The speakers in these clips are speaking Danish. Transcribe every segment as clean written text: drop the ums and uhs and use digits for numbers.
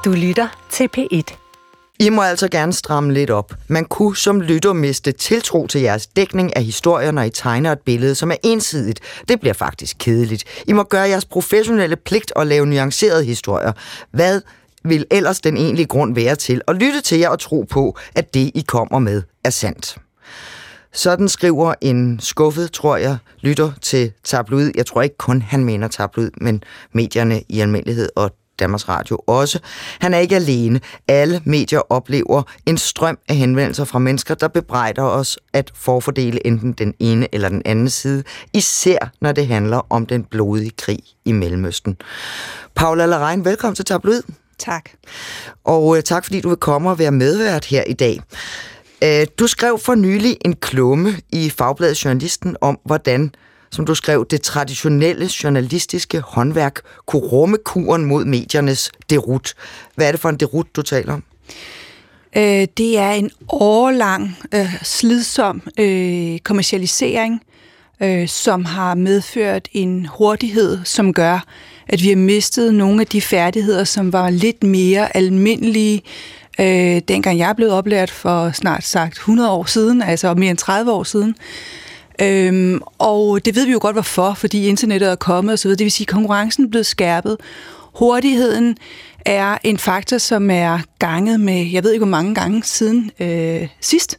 Du lytter til P1. I må altså gerne stramme lidt op. Man kunne som lytter miste tiltro til jeres dækning af historier, når I tegner et billede, som er ensidigt. Det bliver faktisk kedeligt. I må gøre jeres professionelle pligt og lave nuancerede historier. Hvad vil ellers den egentlige grund være til at lytte til jer og tro på, at det, I kommer med, er sandt? Sådan skriver en skuffet, tror jeg, lytter til Tabloid. Jeg tror ikke kun han mener Tabloid, men medierne i almindelighed og Danmarks Radio også. Han er ikke alene. Alle medier oplever en strøm af henvendelser fra mennesker, der bebrejder os at forfordele enten den ene eller den anden side, især når det handler om den blodige krig i Mellemøsten. Paula Larraín, velkommen til Tabloid. Tak. Og tak fordi du vil komme og være medvært her i dag. Du skrev for nylig en klumme i Fagbladet Journalisten om, hvordan, som du skrev, det traditionelle journalistiske håndværk kunne rumme kuren mod mediernes derut. Hvad er det for en derut, du taler om? Det er en årelang, slidsom kommercialisering, som har medført en hurtighed, som gør, at vi har mistet nogle af de færdigheder, som var lidt mere almindelige, dengang jeg blev oplært for snart sagt 100 år siden, altså mere end 30 år siden. Og det ved vi jo godt hvorfor, fordi internettet er kommet og så videre. Det vil sige, at konkurrencen er blevet skærpet. Hurtigheden er en faktor, som er ganget med, jeg ved ikke hvor mange gange siden sidst.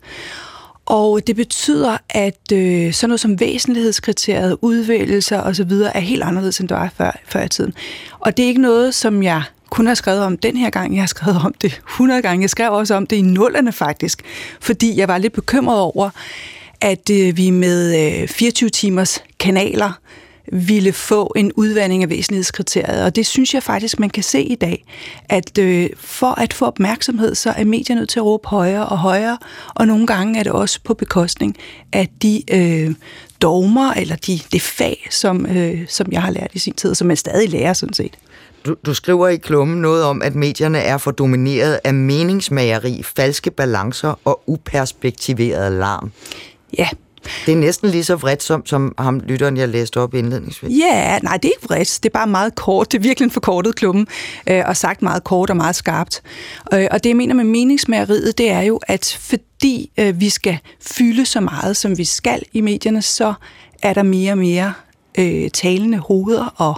Og det betyder, at sådan noget som væsentlighedskriteriet, udvælgelser og så videre er helt anderledes, end det var før i tiden. Og det er ikke noget, som jeg kun har skrevet om den her gang. Jeg har skrevet om det 100 gange. Jeg skrev også om det i nullerne faktisk, fordi jeg var lidt bekymret over, at vi med 24 timers kanaler ville få en udvanding af væsentlighedskriteriet. Og det synes jeg faktisk, man kan se i dag, at for at få opmærksomhed, så er medier nødt til at råbe højere og højere, og nogle gange er det også på bekostning af de dogmer, eller det fag, som jeg har lært i sin tid, som man stadig lærer sådan set. Du skriver i klummen noget om, at medierne er for domineret af meningsmageri, falske balancer og uperspektiveret larm. Ja. Det er næsten lige så vredt som ham lytteren, jeg læste op indledningsvis. Ja, nej, det er ikke vredt. Det er bare meget kort. Det er virkelig en forkortet klumme, og sagt meget kort og meget skarpt. Og det, jeg mener med meningsmageriet, det er jo, at fordi vi skal fylde så meget, som vi skal i medierne, så er der mere og mere talende hoveder og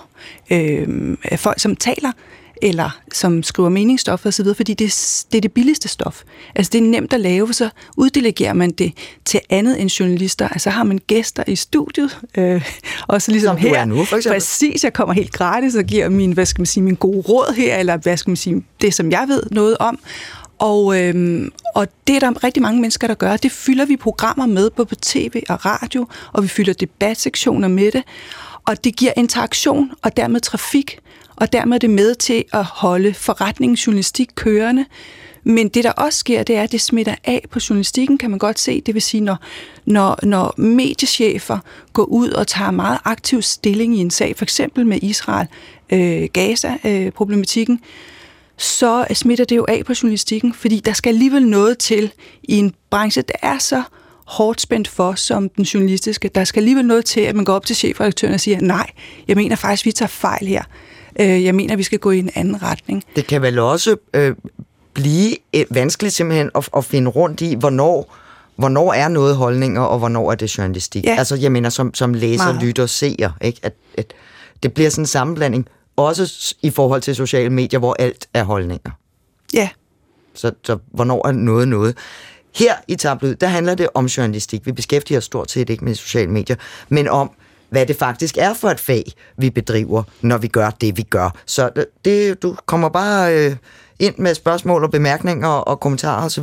folk, som taler, eller som skriver meningsstof og så videre, fordi det er det billigste stof. Altså det er nemt at lave, så uddelegerer man det til andet end journalister. Altså har man gæster i studiet, og så ligesom som her, nu, for eksempel. Præcis, jeg kommer helt gratis og giver min gode råd her, eller det, som jeg ved noget om. Og det er der rigtig mange mennesker, der gør. Det fylder vi programmer med på tv og radio, og vi fylder debatsektioner med det. Og det giver interaktion, og dermed trafik, og dermed er det med til at holde forretningen journalistik kørende. Men det, der også sker, det er, at det smitter af på journalistikken, kan man godt se. Det vil sige, når mediechefer går ud og tager meget aktiv stilling i en sag, for eksempel med Israel-Gaza-problematikken, så smitter det jo af på journalistikken, fordi der skal alligevel noget til i en branche, der er så hårdt spændt for, som den journalistiske. Der skal alligevel noget til, at man går op til chefredaktøren og siger, nej, jeg mener faktisk, vi tager fejl her. Jeg mener, vi skal gå i en anden retning. Det kan vel også blive vanskeligt simpelthen at finde rundt i, hvornår er noget holdninger, og hvornår er det journalistik. Ja. Altså, jeg mener, som læser, lytter, seer, ikke? At det bliver sådan en sammenblanding, også i forhold til sociale medier, hvor alt er holdninger. Ja. Så hvornår er noget? Her i Tabloid, der handler det om journalistik. Vi beskæftiger os stort set ikke med sociale medier, men om, hvad det faktisk er for et fag, vi bedriver, når vi gør det, vi gør. Så du kommer bare ind med spørgsmål og bemærkninger og kommentarer osv.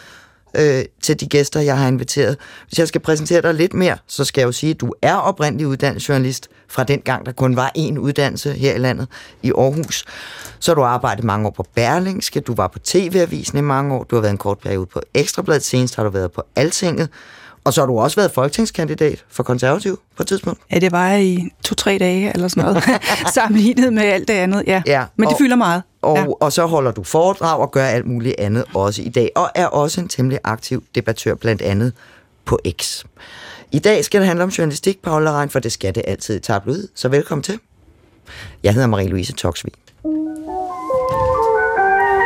Til de gæster, jeg har inviteret. Hvis jeg skal præsentere dig lidt mere, så skal jeg jo sige, at du er oprindelig uddannet journalist fra den gang, der kun var én uddannelse her i landet, i Aarhus. Så har du arbejdet mange år på Berlingske, du var på TV-avisen i mange år, du har været en kort periode på Ekstrabladet, senest har du været på Altinget, og så har du også været folketingskandidat for Konservativ på et tidspunkt. Ja, det var i 2-3 dage eller sådan noget, sammenlignet med alt det andet, ja. Men det fylder meget. Og så holder du foredrag og gør alt muligt andet også i dag, og er også en temmelig aktiv debattør, blandt andet på X. I dag skal det handle om journalistik, Paula Larraín, for det skal det altid i Tabloid. Så velkommen til. Jeg hedder Marie-Louise Toksvig.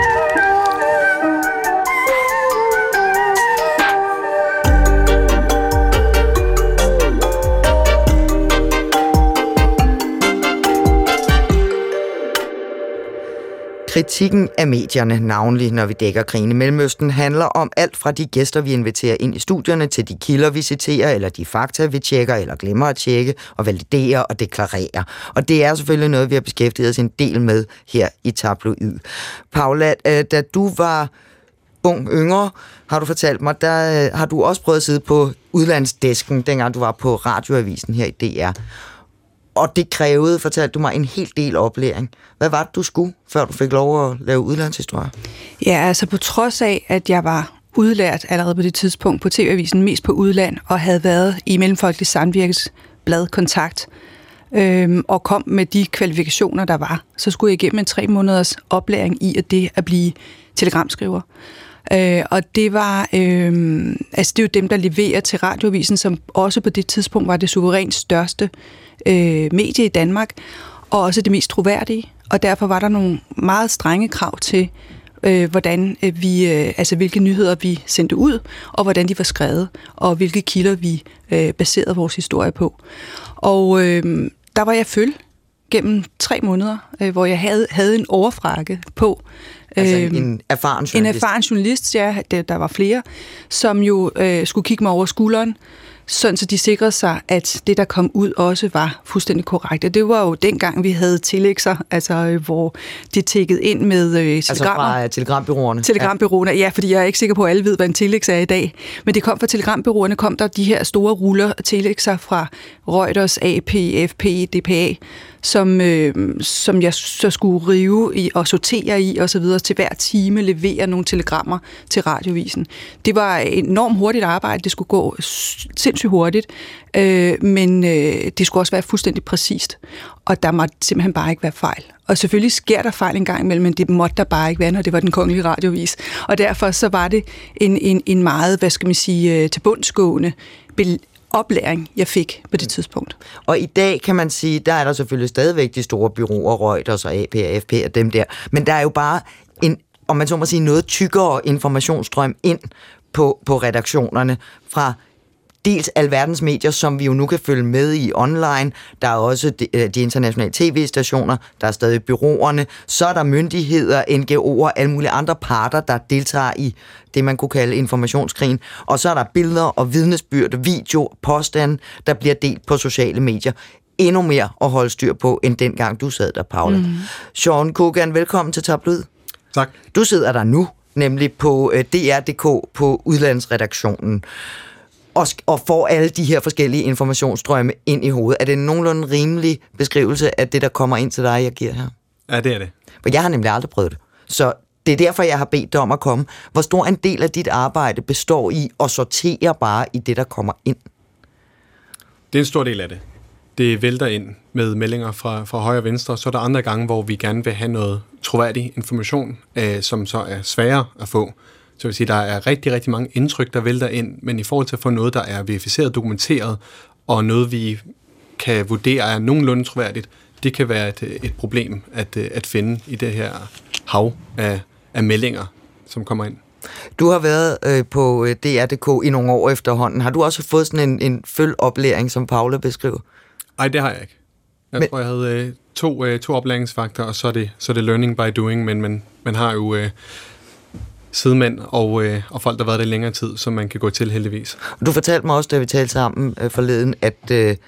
Kritikken af medierne, navnlig når vi dækker krigen i Mellemøsten, handler om alt fra de gæster, vi inviterer ind i studierne, til de kilder, vi citerer, eller de fakta, vi tjekker eller glemmer at tjekke, og validere og deklarere. Og det er selvfølgelig noget, vi har beskæftiget os en del med her i Tabloid. Paula, da du var yngre, har du fortalt mig, der har du også prøvet at sidde på udlandsdesken, dengang du var på radioavisen her i DR. Og det krævede, fortalte du mig, en hel del oplæring. Hvad var det, du skulle, før du fik lov at lave udlandshistorie? Ja, altså på trods af, at jeg var udlært allerede på det tidspunkt på TV-avisen, mest på udland, og havde været i Mellemfolkelig Samvirkes blad Kontakt, og kom med de kvalifikationer, der var, så skulle jeg igennem en 3 måneders oplæring i at blive telegramskriver. Og det var, altså det er jo dem, der leverer til radioavisen, som også på det tidspunkt var det suverænt største medie i Danmark, og også det mest troværdige. Og derfor var der nogle meget strenge krav til, hvordan vi, altså hvilke nyheder vi sendte ud, og hvordan de var skrevet, og hvilke kilder vi baserede vores historie på. Og der var jeg følge gennem 3 måneder, hvor jeg havde en overfrakke på. Altså en erfaren journalist? En erfaren journalist, ja, der var flere, som jo skulle kigge mig over skulderen, sådan så de sikrede sig, at det, der kom ud, også var fuldstændig korrekt. Og det var jo dengang, vi havde tillægser, altså hvor de tækkede ind med telegrammer. Altså fra telegrambureauerne? Telegrambureauerne, ja, fordi jeg er ikke sikker på, at alle ved, hvad en telex er i dag. Men det kom fra telegrambureauerne, kom der de her store ruller telexer fra Reuters, AP, FP, DPA, som jeg så skulle rive i og sortere i og så videre, til hver time levere nogle telegrammer til radiovisen. Det var enormt hurtigt arbejde, det skulle gå sindssygt hurtigt, men det skulle også være fuldstændig præcist, og der måtte simpelthen bare ikke være fejl. Og selvfølgelig sker der fejl en gang imellem, men det måtte der bare ikke være, når det var Den Kongelige Radioavis. Og derfor så var det en meget, hvad skal man sige, tilbundsgående oplæring, jeg fik på det tidspunkt. Og i dag kan man sige, der er der selvfølgelig stadigvæk de store bureauer, Reuters og AP og FP og dem der, men der er jo bare en, om man så må sige, noget tykkere informationsstrøm ind på redaktionerne fra dels alverdens medier, som vi jo nu kan følge med i online. Der er også de internationale tv-stationer, der er stadig bureauerne, så er der myndigheder, NGO'er, alle mulige andre parter, der deltager i det, man kunne kalde informationskrigen. Og så er der billeder og vidnesbyrd, video, påstande, der bliver delt på sociale medier. Endnu mere at holde styr på, end dengang du sad der, Paula. Sean Kogan, velkommen til Tabloid. Tak. Du sidder der nu, nemlig på DR.dk på udlandsredaktionen, og får alle de her forskellige informationsstrømme ind i hovedet. Er det en nogenlunde rimelig beskrivelse af det, der kommer ind til dig, jeg giver her? Ja, det er det. For jeg har nemlig aldrig prøvet det. Så det er derfor, jeg har bedt dig om at komme. Hvor stor en del af dit arbejde består i at sortere bare i det, der kommer ind? Det er en stor del af det. Det vælter ind med meldinger fra højre og venstre, så er der andre gange, hvor vi gerne vil have noget troværdig information, som så er sværere at få. Så vil sige, der er rigtig, rigtig mange indtryk, der vælter ind, men i forhold til at få noget, der er verificeret, dokumenteret, og noget, vi kan vurdere er nogenlunde troværdigt, det kan være et problem at finde i det her hav af meldinger, som kommer ind. Du har været på DR.dk i nogle år efterhånden. Har du også fået sådan en følgeoplæring, som Paula beskriver? Nej, det har jeg ikke. Jeg tror, jeg havde to oplæringsfaktorer, og så er det learning by doing, men man har jo sidemænd og folk, der har været der i længere tid, som man kan gå til heldigvis. Du fortalte mig også, da vi talte sammen forleden, at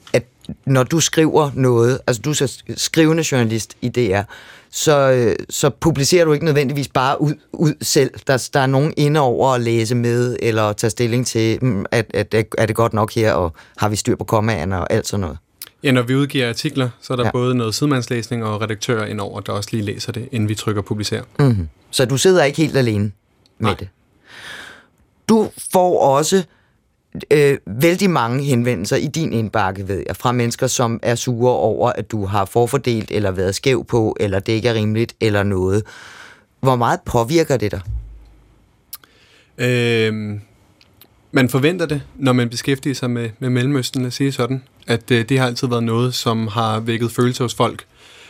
når du skriver noget, altså du er så skrivende journalist i DR, så publicerer du ikke nødvendigvis bare ud selv. Der er nogen inde over at læse med, eller tage stilling til, at er det godt nok her, og har vi styr på kommaerne og alt sådan noget. Ja, når vi udgiver artikler, så er der både noget sidemandslæsning og redaktører indover, der også lige læser det, inden vi trykker publicer. Mm-hmm. Så du sidder ikke helt alene med det. Du får også vældig mange henvendelser i din indbakke, ved jeg, fra mennesker, som er sure over, at du har forfordelt, eller været skæv på, eller det ikke er rimeligt, eller noget. Hvor meget påvirker det dig? Man forventer det, når man beskæftiger sig med Mellemøsten, at sige sådan, at det har altid været noget, som har vækket følelser hos folk.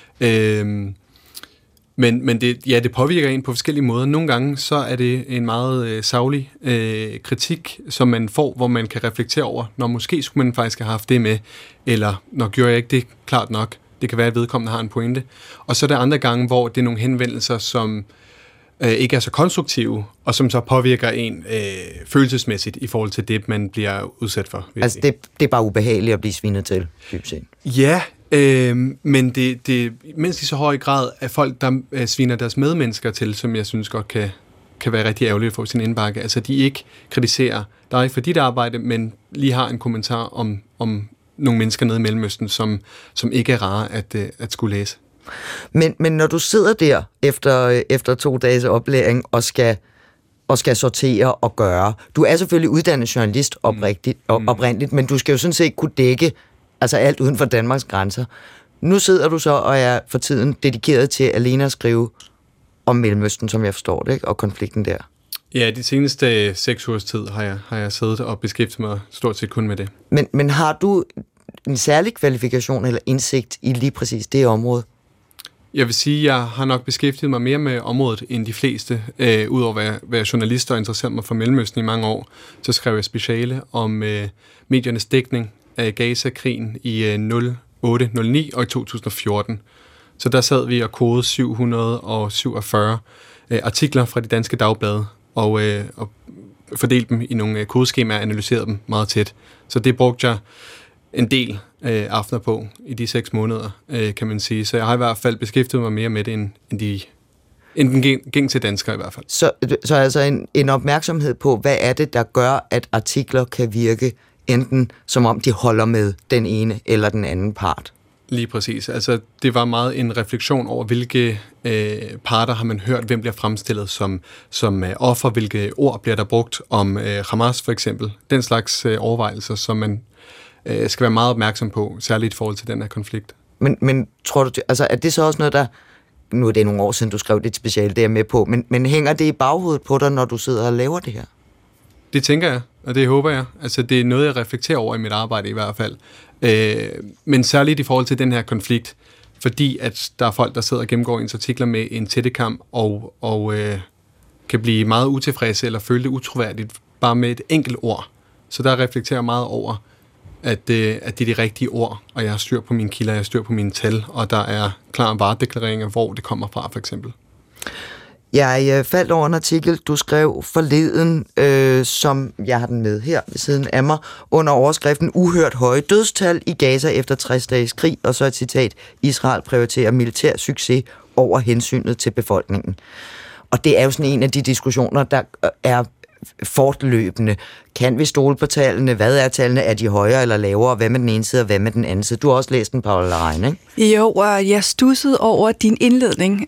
Men det påvirker en på forskellige måder. Nogle gange så er det en meget saglig kritik, som man får, hvor man kan reflektere over, når måske skulle man faktisk have haft det med, eller når gjorde jeg ikke det klart nok. Det kan være, at vedkommende har en pointe. Og så er der andre gange, hvor det er nogle henvendelser, som ikke er så konstruktive, og som så påvirker en følelsesmæssigt i forhold til det, man bliver udsat for. Altså, det er bare ubehageligt at blive svinet til, dybt set. Ja, men det mindst i så høj grad er folk, der sviner deres medmennesker til, som jeg synes godt kan være rigtig ærgerligt for sin indbakke. Altså, de ikke kritiserer dig for dit arbejde, men lige har en kommentar om nogle mennesker nede i Mellemøsten, som ikke er rare at skulle læse. Men når du sidder der efter 2 dages oplæring og skal sortere og gøre, du er selvfølgelig uddannet journalist oprindeligt, men du skal jo sådan set kunne dække altså alt uden for Danmarks grænser. Nu sidder du så og er for tiden dedikeret til alene at skrive om Mellemøsten, som jeg forstår det, ikke? Og konflikten der. Ja, de seneste 6 ugers tid har jeg siddet og beskæftiget mig stort set kun med det. Men har du en særlig kvalifikation eller indsigt i lige præcis det område? Jeg vil sige, at jeg har nok beskæftiget mig mere med området end de fleste. Udover at være journalist og interesseret mig for Mellemøsten i mange år, så skrev jeg speciale om mediernes dækning af Gaza-krigen i 08-09 og i 2014. Så der sad vi og kodede 747 artikler fra de danske dagblade og fordelte dem i nogle kodeskemaer og analyserede dem meget tæt. Så det brugte jeg en del aftener på i de 6 måneder, kan man sige. Så jeg har i hvert fald beskæftiget mig mere med det, end den gængse dansker i hvert fald. Så altså en opmærksomhed på, hvad er det, der gør, at artikler kan virke enten som om de holder med den ene eller den anden part? Lige præcis. Altså, det var meget en refleksion over, hvilke parter har man hørt, hvem bliver fremstillet som offer, hvilke ord bliver der brugt om Hamas for eksempel. Den slags overvejelser, som man skal være meget opmærksom på, særligt i forhold til den her konflikt. Men tror du, altså er det så også noget, der, nu er det nogle år siden, du skrev det specielt, det er med på, men hænger det i baghovedet på dig, når du sidder og laver det her? Det tænker jeg, og det håber jeg. Altså, det er noget, jeg reflekterer over i mit arbejde i hvert fald. Men særligt i forhold til den her konflikt, fordi at der er folk, der sidder og gennemgår ens artikler med en tættekam og kan blive meget utilfredse eller føle det utroværdigt bare med et enkelt ord. Så der reflekterer jeg meget over, at det er de rigtige ord, og jeg har styr på mine kilder, jeg har styr på mine tal, og der er klare varedeklareringer, hvor det kommer fra, for eksempel. Jeg faldt over en artikel, du skrev forleden, som jeg har den med her ved siden af mig, under overskriften Uhørt høje dødstal i Gaza efter 60 dages krig, og så et citat, Israel prioriterer militær succes over hensynet til befolkningen. Og det er jo sådan en af de diskussioner, der er fortløbende. Kan vi stole på tallene? Hvad er tallene? Er de højere eller lavere? Hvad med den ene side, og hvad med den anden side? Du har også læst den, Paula Lerein, ikke? Jo, og jeg studsede over din indledning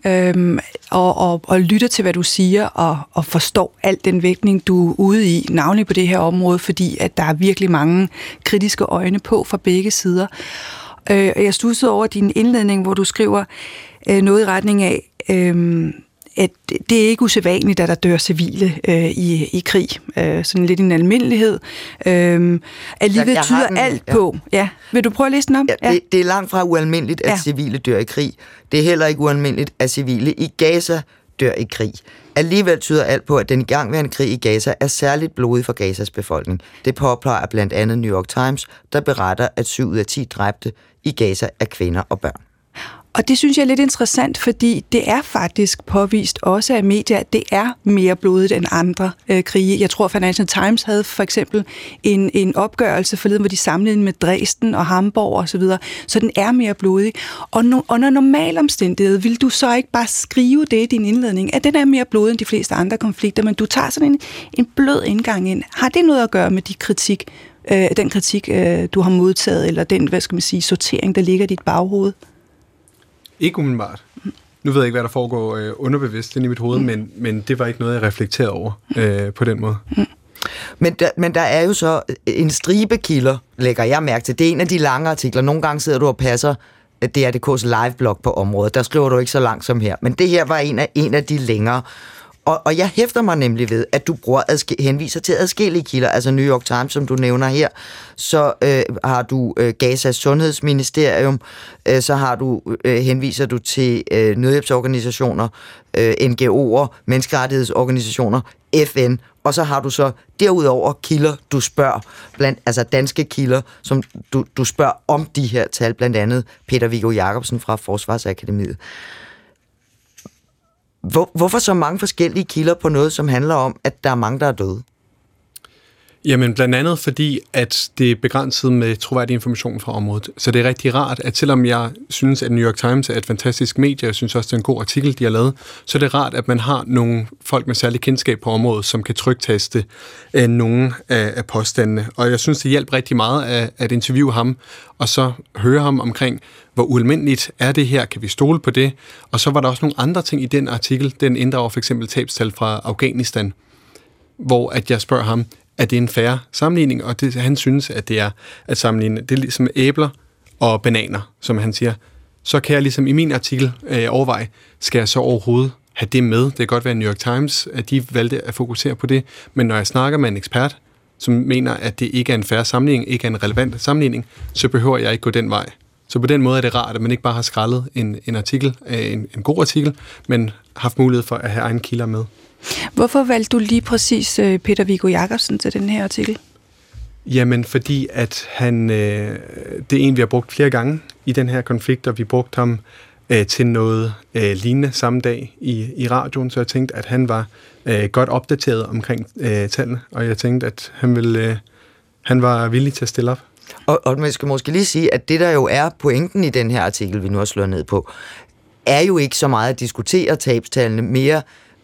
og lytter til, hvad du siger, og forstår alt den vægtning, du er ude i, navnlig på det her område, fordi at der er virkelig mange kritiske øjne på fra begge sider. Jeg studsede over din indledning, hvor du skriver noget i retning af, at det er ikke usædvanligt, at der dør civile i krig. Sådan lidt en almindelighed. Alligevel tyder alt på. Ja. Vil du prøve at læse den op? Ja. Det er langt fra ualmindeligt, at civile dør i krig. Det er heller ikke ualmindeligt, at civile i Gaza dør i krig. Alligevel tyder alt på, at den igangværende krig i Gaza er særligt blodig for Gazas befolkning. Det påpeger blandt andet New York Times, der beretter, at 7 ud af 10 dræbte i Gaza er kvinder og børn. Og det synes jeg er lidt interessant, fordi det er faktisk påvist også af medier, at det er mere blodigt end andre krige. Jeg tror, Financial Times havde for eksempel en opgørelse forleden, hvor de sammenlignede med Dresden og Hamburg og så videre. Så den er mere blodig. Og under normal omstændighed, vil du så ikke bare skrive det i din indledning, at den er mere blodig end de fleste andre konflikter, men du tager sådan en blød indgang ind. Har det noget at gøre med den kritik, du har modtaget, eller den, hvad skal man sige, sortering, der ligger i dit baghoved? Ikke umiddelbart. Nu ved jeg ikke, hvad der foregår underbevidst inde i mit hoved, men det var ikke noget, jeg reflekterede over på den måde. Men der er jo så en stribe kilder, lægger jeg mærke til. Det er en af de lange artikler. Nogle gange sidder du og passer DRDK's live-blog på området. Der skriver du ikke så langt som her. Men det her var en af de længere. Og jeg hæfter mig nemlig ved, at du henviser til adskillige kilder, altså New York Times, som du nævner her, så har du Gazas sundhedsministerium, så har du henviser du til nødhjælpsorganisationer, NGO'er, menneskerettighedsorganisationer, FN, og så har du så derudover kilder, du spørger, altså danske kilder, som du spørger om de her tal, blandt andet Peter Viggo Jacobsen fra Forsvarsakademiet. Hvorfor så mange forskellige kilder på noget, som handler om, at der er mange, der er døde? Jamen blandt andet fordi, at det er begrænset med troværdig information fra området. Så det er rigtig rart, at selvom jeg synes, at New York Times er et fantastisk medie, jeg synes også, det er en god artikel, de har lavet, så er det rart, at man har nogle folk med særlig kendskab på området, som kan trygteste nogle af påstandene. Og jeg synes, det hjælper rigtig meget at interviewe ham, og så høre ham omkring, hvor ualmindeligt er det her, kan vi stole på det? Og så var der også nogle andre ting i den artikel, den inddrager for eksempel tabstal fra Afghanistan, hvor at jeg spørger ham, er det en fair sammenligning? Og det, han synes, at det er at sammenligne. Det er ligesom æbler og bananer, som han siger. Så kan jeg ligesom i min artikel overveje, skal jeg så overhovedet have det med? Det kan godt være New York Times, at de valgte at fokusere på det. Men når jeg snakker med en ekspert, som mener, at det ikke er en fair sammenligning, ikke er en relevant sammenligning, så behøver jeg ikke gå den vej. Så på den måde er det rart, at man ikke bare har skrællet en artikel, en god artikel, men haft mulighed for at have egen kilder med. Hvorfor valgte du lige præcis Peter Viggo Jacobsen til den her artikel? Jamen, fordi at han, det er en, vi har brugt flere gange i den her konflikt, og vi brugte ham til noget lignende samme dag i radioen, så jeg tænkte, at han var godt opdateret omkring tallene, og jeg tænkte, at han var villig til at stille op. Og man skal måske lige sige, at det, der jo er pointen i den her artikel, vi nu har slået ned på, er jo ikke så meget at diskutere tabstallene, mere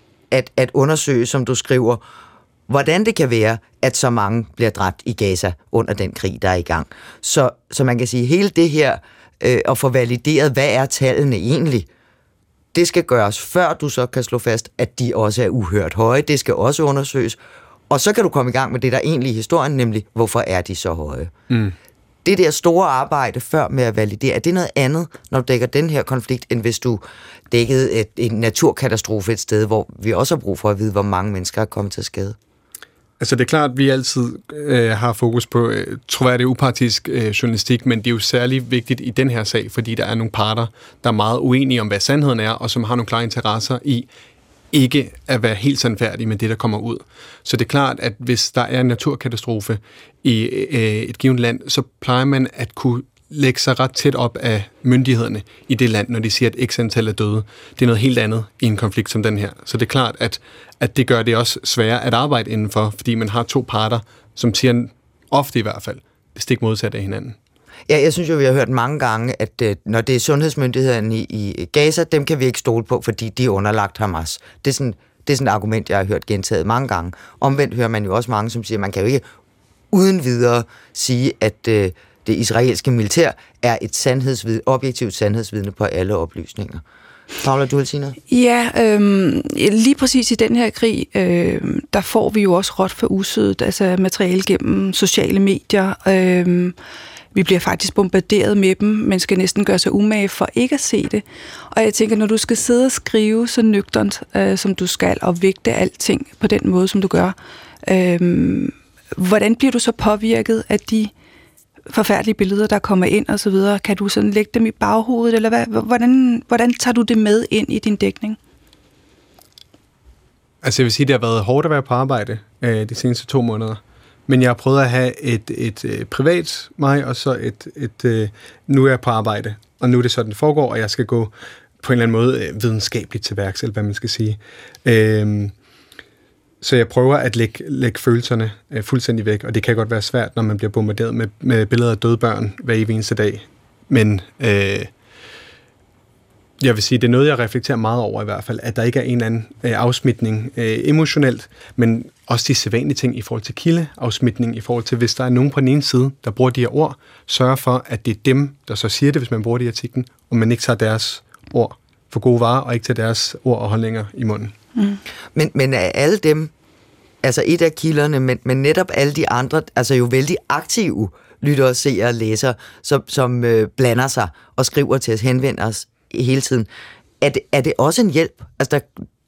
at undersøge, som du skriver, hvordan det kan være, at så mange bliver dræbt i Gaza under den krig, der er i gang. Så man kan sige, hele det her at få valideret, hvad er tallene egentlig, det skal gøres, før du så kan slå fast, at de også er uhørt høje. Det skal også undersøges. Og så kan du komme i gang med det, der egentlig er historien, nemlig, hvorfor er de så høje? Mm. Det der store arbejde før med at validere, det er noget andet, når du dækker den her konflikt, end hvis du dækkede en naturkatastrofe et sted, hvor vi også har brug for at vide, hvor mange mennesker er kommet til skade. Altså det er klart, at vi altid har fokus på troværdig upartisk journalistik, men det er jo særlig vigtigt i den her sag, fordi der er nogle parter, der er meget uenige om, hvad sandheden er, og som har nogle klare interesser i ikke at være helt sandfærdig med det, der kommer ud. Så det er klart, at hvis der er en naturkatastrofe i et givet land, så plejer man at kunne lægge sig ret tæt op af myndighederne i det land, når de siger, at x antal er døde. Det er noget helt andet i en konflikt som den her. Så det er klart, at det gør det også sværere at arbejde indenfor, fordi man har to parter, som siger ofte i hvert fald stik modsat af hinanden. Ja, jeg synes jo, vi har hørt mange gange, at når det er sundhedsmyndighederne i Gaza, dem kan vi ikke stole på, fordi de er underlagt Hamas. Det er sådan et argument, jeg har hørt gentaget mange gange. Omvendt hører man jo også mange, som siger, at man kan jo ikke uden videre sige, at det israelske militær er et objektivt sandhedsvidne på alle oplysninger. Paula, du vil sige noget? Ja, lige præcis i den her krig, der får vi jo også råt for usødet, altså materiale gennem sociale medier. Vi bliver faktisk bombarderet med dem, men skal næsten gøre sig umage for ikke at se det. Og jeg tænker, når du skal sidde og skrive så nøgternt, som du skal, og vægte alting på den måde, som du gør, hvordan bliver du så påvirket af de forfærdelige billeder, der kommer ind og så videre? Kan du sådan lægge dem i baghovedet, eller hvordan tager du det med ind i din dækning? Altså jeg vil sige, det har været hårdt at være på arbejde de seneste 2 måneder. Men jeg har prøvet at have et privat mig, og så nu er jeg på arbejde. Og nu er det sådan, det foregår, og jeg skal gå på en eller anden måde videnskabeligt til værks, eller hvad man skal sige. Så jeg prøver at lægge følelserne fuldstændig væk, og det kan godt være svært, når man bliver bombarderet med billeder af døde børn hver eneste dag. Men jeg vil sige, det er noget, jeg reflekterer meget over i hvert fald, at der ikke er en eller anden afsmitning emotionelt, men også de sædvanlige ting i forhold til kildeafsmitning, i forhold til, hvis der er nogen på den ene side, der bruger de her ord, sørger for, at det er dem, der så siger det, hvis man bruger det i artiklen, og man ikke tager deres ord for gode varer, og ikke tager deres ord og holdninger i munden. Mm. Men er alle dem, altså et af kilderne, men netop alle de andre, altså jo vældig aktive lyttere, seere og læsere, som blander sig og skriver til os, henvender os hele tiden. Er det også en hjælp? Altså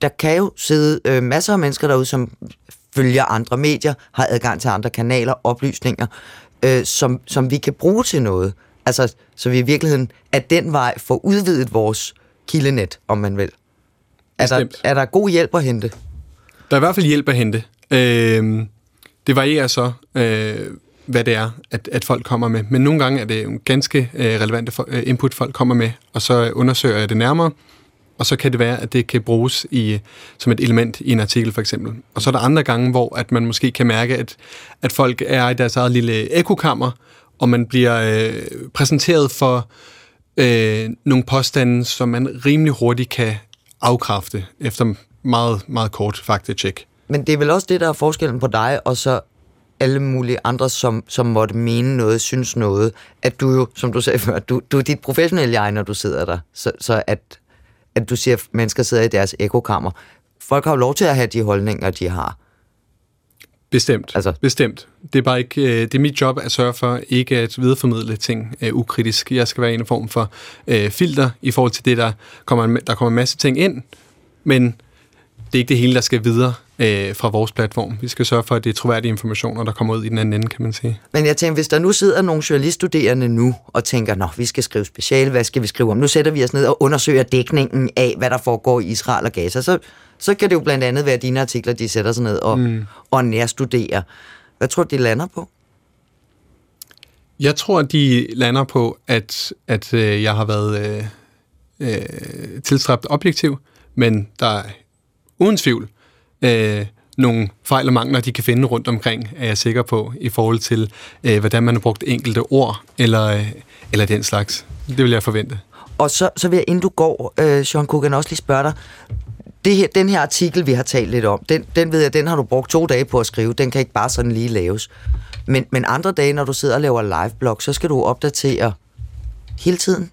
der kan jo sidde masser af mennesker derude, som følger andre medier, har adgang til andre kanaler, oplysninger, som vi kan bruge til noget. Altså, så vi i virkeligheden af den vej får udvidet vores kildenet, om man vil. Er der god hjælp at hente? Der er i hvert fald hjælp at hente. Det varierer så, hvad det er, at folk kommer med. Men nogle gange er det jo ganske relevante input, folk kommer med, og så undersøger jeg det nærmere, og så kan det være, at det kan bruges som et element i en artikel, for eksempel. Og så er der andre gange, hvor at man måske kan mærke, at folk er i deres eget lille ekokammer, og man bliver præsenteret for nogle påstande, som man rimelig hurtigt kan afkræfte efter meget, meget kort faktatjek. Men det er vel også det, der er forskellen på dig, og så alle mulige andre, som måtte mene noget, synes noget, at du jo, som du sagde før, du er dit professionelle jeg, når du sidder der, så at du siger, at mennesker sidder i deres ekokammer. Folk har jo lov til at have de holdninger, de har. Bestemt. Bestemt. Det er bare ikke, det er mit job at sørge for ikke at videreformidle ting ukritisk. Jeg skal være en form for filter i forhold til det, der kommer en masse ting ind, men det er ikke det hele, der skal videre fra vores platform. Vi skal sørge for, at det er troværdige informationer, der kommer ud i den anden ende, kan man sige. Men jeg tænker, hvis der nu sidder nogle journaliststuderende nu og tænker, vi skal skrive speciale, hvad skal vi skrive om? Nu sætter vi os ned og undersøger dækningen af, hvad der foregår i Israel og Gaza. Så kan det jo blandt andet være dine artikler, de sætter sig ned og nærstuderer. Hvad tror du, de lander på? Jeg tror, de lander på, at jeg har været tilstræbt objektiv, men der er uden tvivl nogle fejl og mangler, de kan finde rundt omkring, er jeg sikker på, i forhold til, hvordan man har brugt enkelte ord, eller den slags. Det vil jeg forvente. Og så vil jeg, inden du går, Sean Coogan, også lige spørge dig, den her artikel, vi har talt lidt om, den ved jeg, den har du brugt 2 dage på at skrive, den kan ikke bare sådan lige laves. Men andre dage, når du sidder og laver liveblog, så skal du opdatere hele tiden.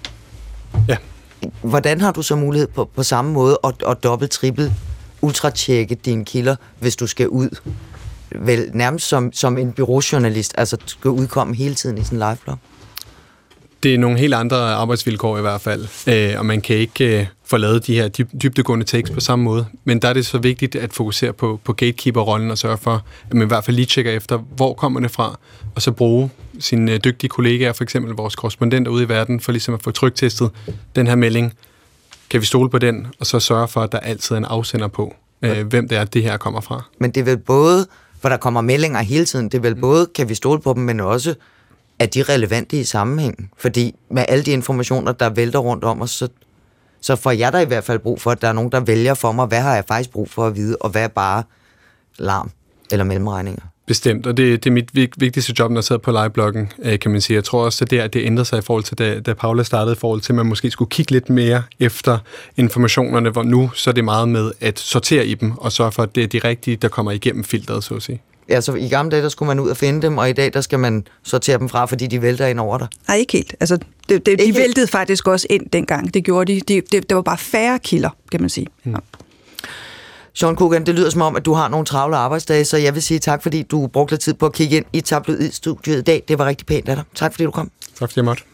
Ja. Hvordan har du så mulighed på samme måde at dobbelt, trippel, ultratjekke dine kilder, hvis du skal ud? Vel nærmest som en bureaujournalist, altså du skal udkomme hele tiden i sådan en liveblog? Det er nogle helt andre arbejdsvilkår i hvert fald, og man kan ikke få lavet de her dybdegående takes på samme måde. Men der er det så vigtigt at fokusere på gatekeeper-rollen og sørge for, at man i hvert fald lige tjekker efter, hvor kommer det fra, og så bruge sine dygtige kollegaer, for eksempel vores korrespondenter ude i verden, for ligesom at få tryktestet den her melding. Kan vi stole på den, og så sørge for, at der altid er en afsender på, hvem det er, det her kommer fra. Men det er vel både, for der kommer meldinger hele tiden, det er vel både, kan vi stole på dem, men også er de relevante i sammenhængen? Fordi med alle de informationer, der vælter rundt om os, så får jeg da i hvert fald brug for, at der er nogen, der vælger for mig, hvad har jeg faktisk brug for at vide, og hvad er bare larm eller mellemregninger? Bestemt, og det er mit vigtigste job, når jeg sidder på livebloggen, kan man sige. Jeg tror også, at det ændrede sig i forhold til, da Paula startede, i forhold til, at man måske skulle kigge lidt mere efter informationerne, hvor nu så er det meget med at sortere i dem, og sørge for, at det er de rigtige, der kommer igennem filteret, så at sige. Ja, så i gamle dage, der skulle man ud og finde dem, og i dag, der skal man sortere dem fra, fordi de vælter ind over dig? Nej, ikke helt. Altså, de væltede faktisk også ind dengang. Det gjorde de. Der var bare færre kilder, kan man sige. Ja. Sean Coogan, det lyder som om, at du har nogle travle arbejdsdage, så jeg vil sige tak, fordi du brugte lidt tid på at kigge ind i Tabloid-studiet i dag. Det var rigtig pænt af dig. Tak, fordi du kom. Tak, fordi jeg måtte.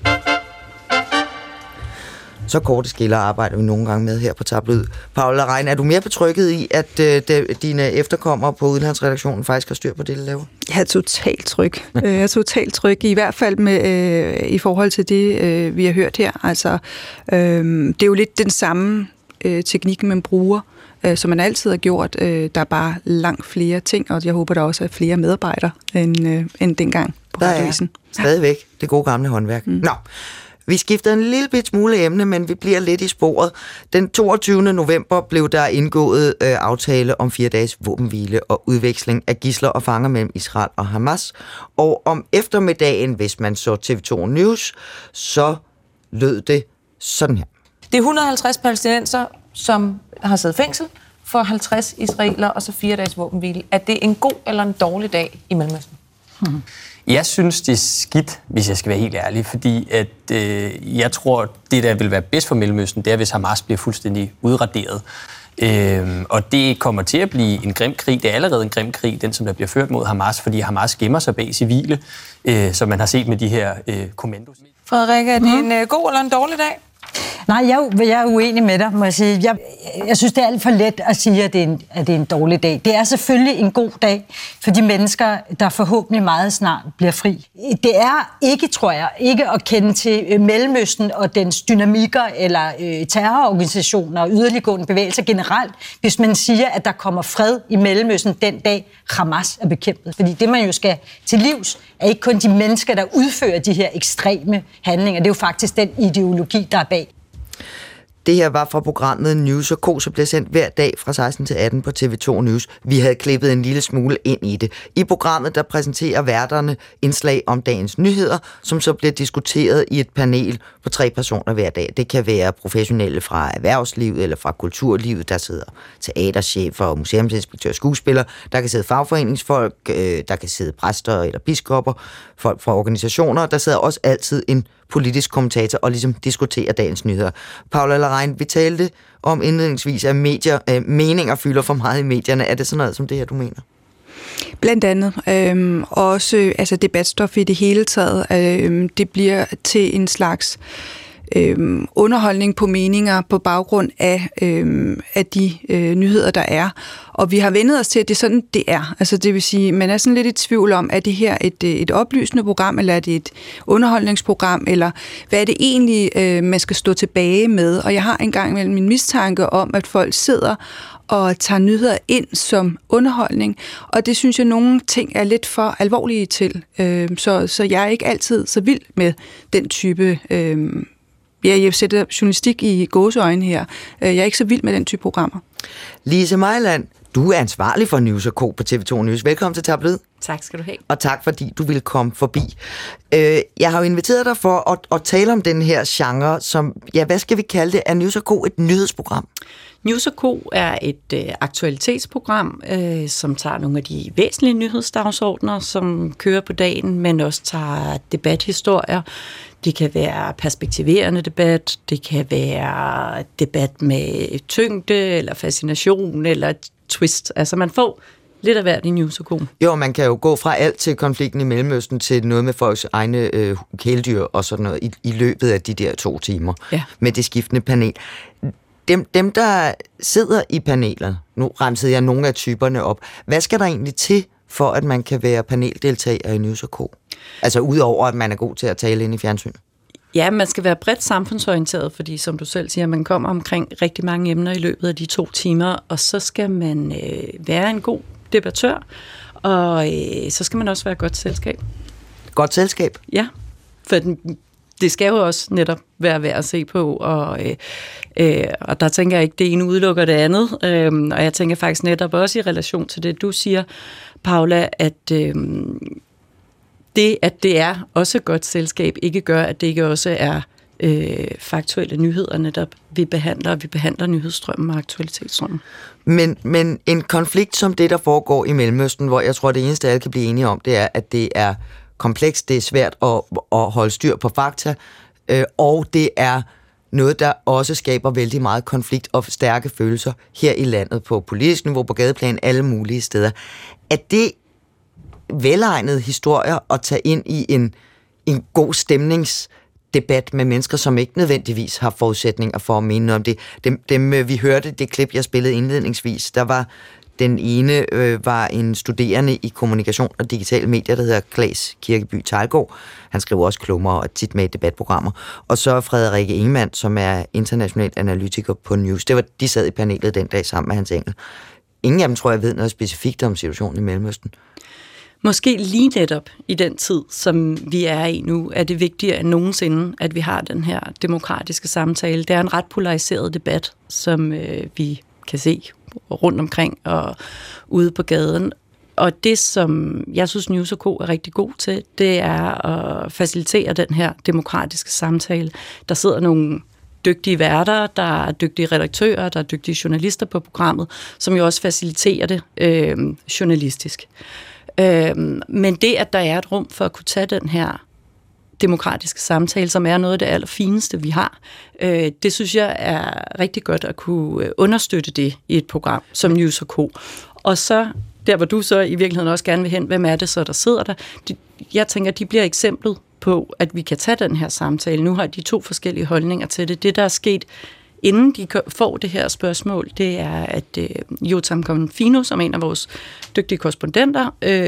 Så korte skiller arbejder vi nogle gange med her på Tabloid. Paula Rein, er du mere betrykket i, at dine efterkommere på Udlandsredaktionen faktisk har styr på det, de laver? Jeg er totalt tryg. Jeg er totalt tryg, i hvert fald i forhold til det, vi har hørt her. Altså, det er jo lidt den samme teknik, man bruger, som man altid har gjort. Der er bare langt flere ting, og jeg håber, der også er flere medarbejdere end dengang på radioavisen. Stadigvæk det gode gamle håndværk. Nå, vi skifter en lille bit smule emne, men vi bliver lidt i sporet. Den 22. november blev der indgået aftale om 4 dages våbenhvile og udveksling af gidsler og fanger mellem Israel og Hamas. Og om eftermiddagen, hvis man så TV2 News, så lød det sådan her. Det er 150 palæstinenser, som har siddet fængsel for 50 israeler og så 4 dages våbenhvile. Er det en god eller en dårlig dag i Mellemøsten? Jeg synes, det er skidt, hvis jeg skal være helt ærlig, fordi at, jeg tror, det der vil være bedst for Mellemøsten, det er, hvis Hamas bliver fuldstændig udraderet. Og det kommer til at blive en grim krig. Det er allerede en grim krig, den som der bliver ført mod Hamas, fordi Hamas gemmer sig bag civile, som man har set med de her kommandos. Frederikke, er det en god eller en dårlig dag? Nej, jeg er uenig med dig, må jeg sige. Jeg synes, det er alt for let at sige, at det er en dårlig dag. Det er selvfølgelig en god dag for de mennesker, der forhåbentlig meget snart bliver fri. Det er ikke, tror jeg, ikke at kende til Mellemøsten og dens dynamikker eller terrororganisationer og yderliggående bevægelser generelt, hvis man siger, at der kommer fred i Mellemøsten den dag Hamas er bekæmpet. Fordi det, man jo skal til livs, er ikke kun de mennesker, der udfører de her ekstreme handlinger. Det er jo faktisk den ideologi, der er bag. Det her var fra programmet News & Co., som bliver sendt hver dag fra 16 til 18 på TV2 News. Vi havde klippet en lille smule ind i det. I programmet, der præsenterer værterne indslag om dagens nyheder, som så bliver diskuteret i et panel på 3 personer hver dag. Det kan være professionelle fra erhvervslivet eller fra kulturlivet. Der sidder teaterchefer og museumsinspektører og skuespillere. Der kan sidde fagforeningsfolk, der kan sidde præster eller biskopper, folk fra organisationer. Der sidder også altid en politisk kommentator og ligesom diskuterer dagens nyheder. Paula Larraín, vi talte om indledningsvis, at meninger fylder for meget i medierne. Er det sådan noget som det her, du mener? Blandt andet. Også altså debatstof i det hele taget. Det bliver til en slags underholdning på meninger på baggrund af de nyheder, der er. Og vi har vendet os til, at det er sådan, det er. Altså det vil sige, man er sådan lidt i tvivl om, er det her et oplysende program, eller er det et underholdningsprogram, eller hvad er det egentlig, man skal stå tilbage med? Og jeg har engang imellem min mistanke om, at folk sidder og tager nyheder ind som underholdning, og det synes jeg, nogle ting er lidt for alvorlige til. Så jeg er ikke altid så vild med den type jeg sætter journalistik i gåseøjne her. Jeg er ikke så vild med den type programmer. Lise Mejland, du er ansvarlig for News & Co. på TV2 News. Velkommen til Tabloid. Tak skal du have. Og tak, fordi du ville komme forbi. Jeg har jo inviteret dig for at tale om den her genre, som, ja, hvad skal vi kalde det? Er News & Co. et nyhedsprogram? News & Co. er et aktualitetsprogram, som tager nogle af de væsentlige nyhedsdagsordner, som kører på dagen, men også tager debathistorier. Det kan være perspektiverende debat, det kan være debat med tyngde, eller fascination, eller twist. Altså man får lidt af hvert i News & Co. Jo, man kan jo gå fra alt til konflikten i Mellemøsten til noget med folks egne kæledyr og sådan noget i løbet af de der 2 timer med det skiftende panel. Dem, der sidder i paneler, nu remsede jeg nogle af typerne op, hvad skal der egentlig til, for at man kan være paneldeltager i News & Co.? Altså udover, at man er god til at tale ind i fjernsyn. Ja, man skal være bredt samfundsorienteret, fordi som du selv siger, man kommer omkring rigtig mange emner i løbet af de 2 timer, og så skal man være en god debattør, og så skal man også være et godt selskab. Godt selskab? Ja, for det skal jo også netop være værd at se på, og der tænker jeg ikke, det ene udelukker det andet, og jeg tænker faktisk netop også i relation til det, du siger, Paula, at det er også et godt selskab, ikke gør, at det ikke også er faktuelle nyheder netop, vi behandler nyhedsstrømmen og aktualitetsstrømmen. Men en konflikt som det, der foregår i Mellemøsten, hvor jeg tror, det eneste, alle kan blive enige om, det er, at det er komplekst, det er svært at holde styr på fakta, og det er noget, der også skaber vældig meget konflikt og stærke følelser her i landet på politisk niveau, på gadeplan, alle mulige steder. Er det velegnede historier at tage ind i en god stemningsdebat med mennesker, som ikke nødvendigvis har forudsætninger for at mene noget om det? Dem vi hørte, det klip, jeg spillede indledningsvis, der var den ene var en studerende i kommunikation og digitale medier, der hedder Claes Kirkeby Teilgaard. Han skriver også klummer og tit med i debatprogrammer. Og så Frederikke Ingemann, som er international analytiker på News. De sad i panelet den dag sammen med Hans Engel. Ingen af dem, tror jeg, ved noget specifikt om situationen i Mellemøsten. Måske lige netop i den tid, som vi er i nu, er det vigtigere end nogensinde, at vi har den her demokratiske samtale. Det er en ret polariseret debat, som vi kan se rundt omkring og ude på gaden. Og det, som jeg synes, News & Co. er rigtig god til, det er at facilitere den her demokratiske samtale. Der sidder nogle dygtige værter, der er dygtige redaktører, der er dygtige journalister på programmet, som jo også faciliterer det journalistisk. Men det, at der er et rum for at kunne tage den her demokratiske samtale, som er noget af det allerfineste, vi har, det synes jeg er rigtig godt at kunne understøtte det i et program som News & Co. Og så, der hvor du så i virkeligheden også gerne vil hen, hvem er det så, der sidder der? Jeg tænker, de bliver eksemplet på, at vi kan tage den her samtale. Nu har de 2 forskellige holdninger til det. Det, der er sket, inden de får det her spørgsmål, det er, at Yotam Confino, som er en af vores dygtige korrespondenter,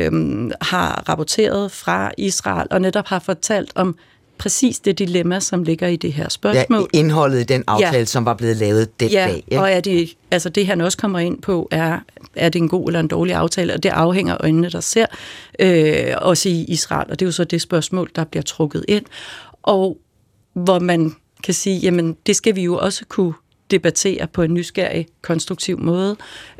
har rapporteret fra Israel og netop har fortalt om præcis det dilemma, som ligger i det her spørgsmål. Ja, indholdet i den aftale, som var blevet lavet den dag. Ja, og det han også kommer ind på, er det en god eller en dårlig aftale, og det afhænger af øjnene, der ser, også i Israel, og det er jo så det spørgsmål, der bliver trukket ind, og hvor man kan sige, jamen det skal vi jo også kunne debattere på en nysgerrig, konstruktiv måde,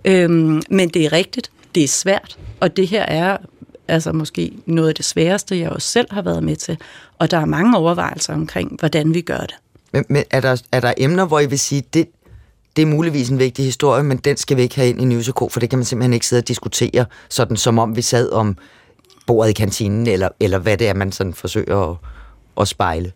men det er rigtigt, det er svært, og det her er altså måske noget af det sværeste, jeg også selv har været med til. Og der er mange overvejelser omkring, hvordan vi gør det. Men er der emner, hvor I vil sige, det er muligvis en vigtig historie, men den skal vi ikke have ind i News & Co, for det kan man simpelthen ikke sidde og diskutere, sådan som om vi sad om bordet i kantinen, eller hvad det er, man sådan forsøger at spejle.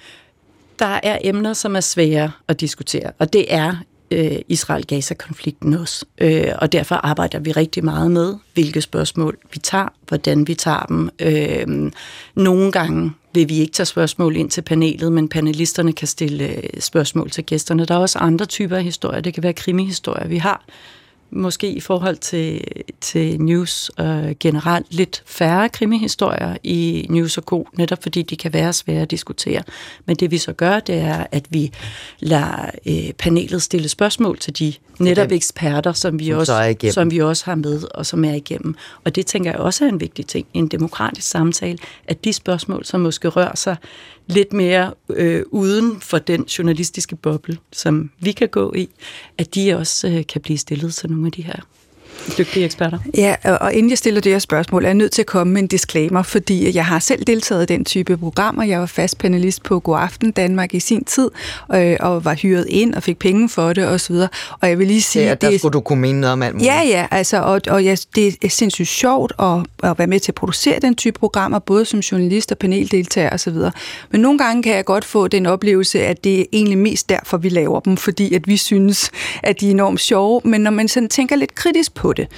Der er emner, som er svære at diskutere, og det er Israel-Gaza-konflikten også. Og derfor arbejder vi rigtig meget med, hvilke spørgsmål vi tager, hvordan vi tager dem. Nogle gange vil vi ikke tage spørgsmål ind til panelet, men panelisterne kan stille spørgsmål til gæsterne. Der er også andre typer af historier. Det kan være krimihistorier. Vi har måske i forhold til News generelt lidt færre krimihistorier i News & Co, netop fordi de kan være svære at diskutere. Men det vi så gør, det er, at vi lader panelet stille spørgsmål til de netop eksperter, som vi også har med, og som er igennem. Og det tænker jeg også er en vigtig ting i en demokratisk samtale, at de spørgsmål, som måske rører sig lidt mere uden for den journalistiske boble, som vi kan gå i, at de også kan blive stillet til nogle af de her dygtige eksperter. Ja, og inden jeg stiller det her spørgsmål, er jeg nødt til at komme med en disclaimer, fordi jeg har selv deltaget i den type programmer. Jeg var fast panelist på Godaften Danmark i sin tid, og var hyret ind og fik penge for det osv. Og jeg vil lige sige... Ja, der skulle du kunne mene noget om alt muligt. Ja, altså, det er sindssygt sjovt at være med til at producere den type programmer, både som journalist og paneldeltager osv. Men nogle gange kan jeg godt få den oplevelse, at det er egentlig mest derfor, vi laver dem, fordi at vi synes, at de er enormt sjove. Men når man sådan tænker lidt kritisk på det,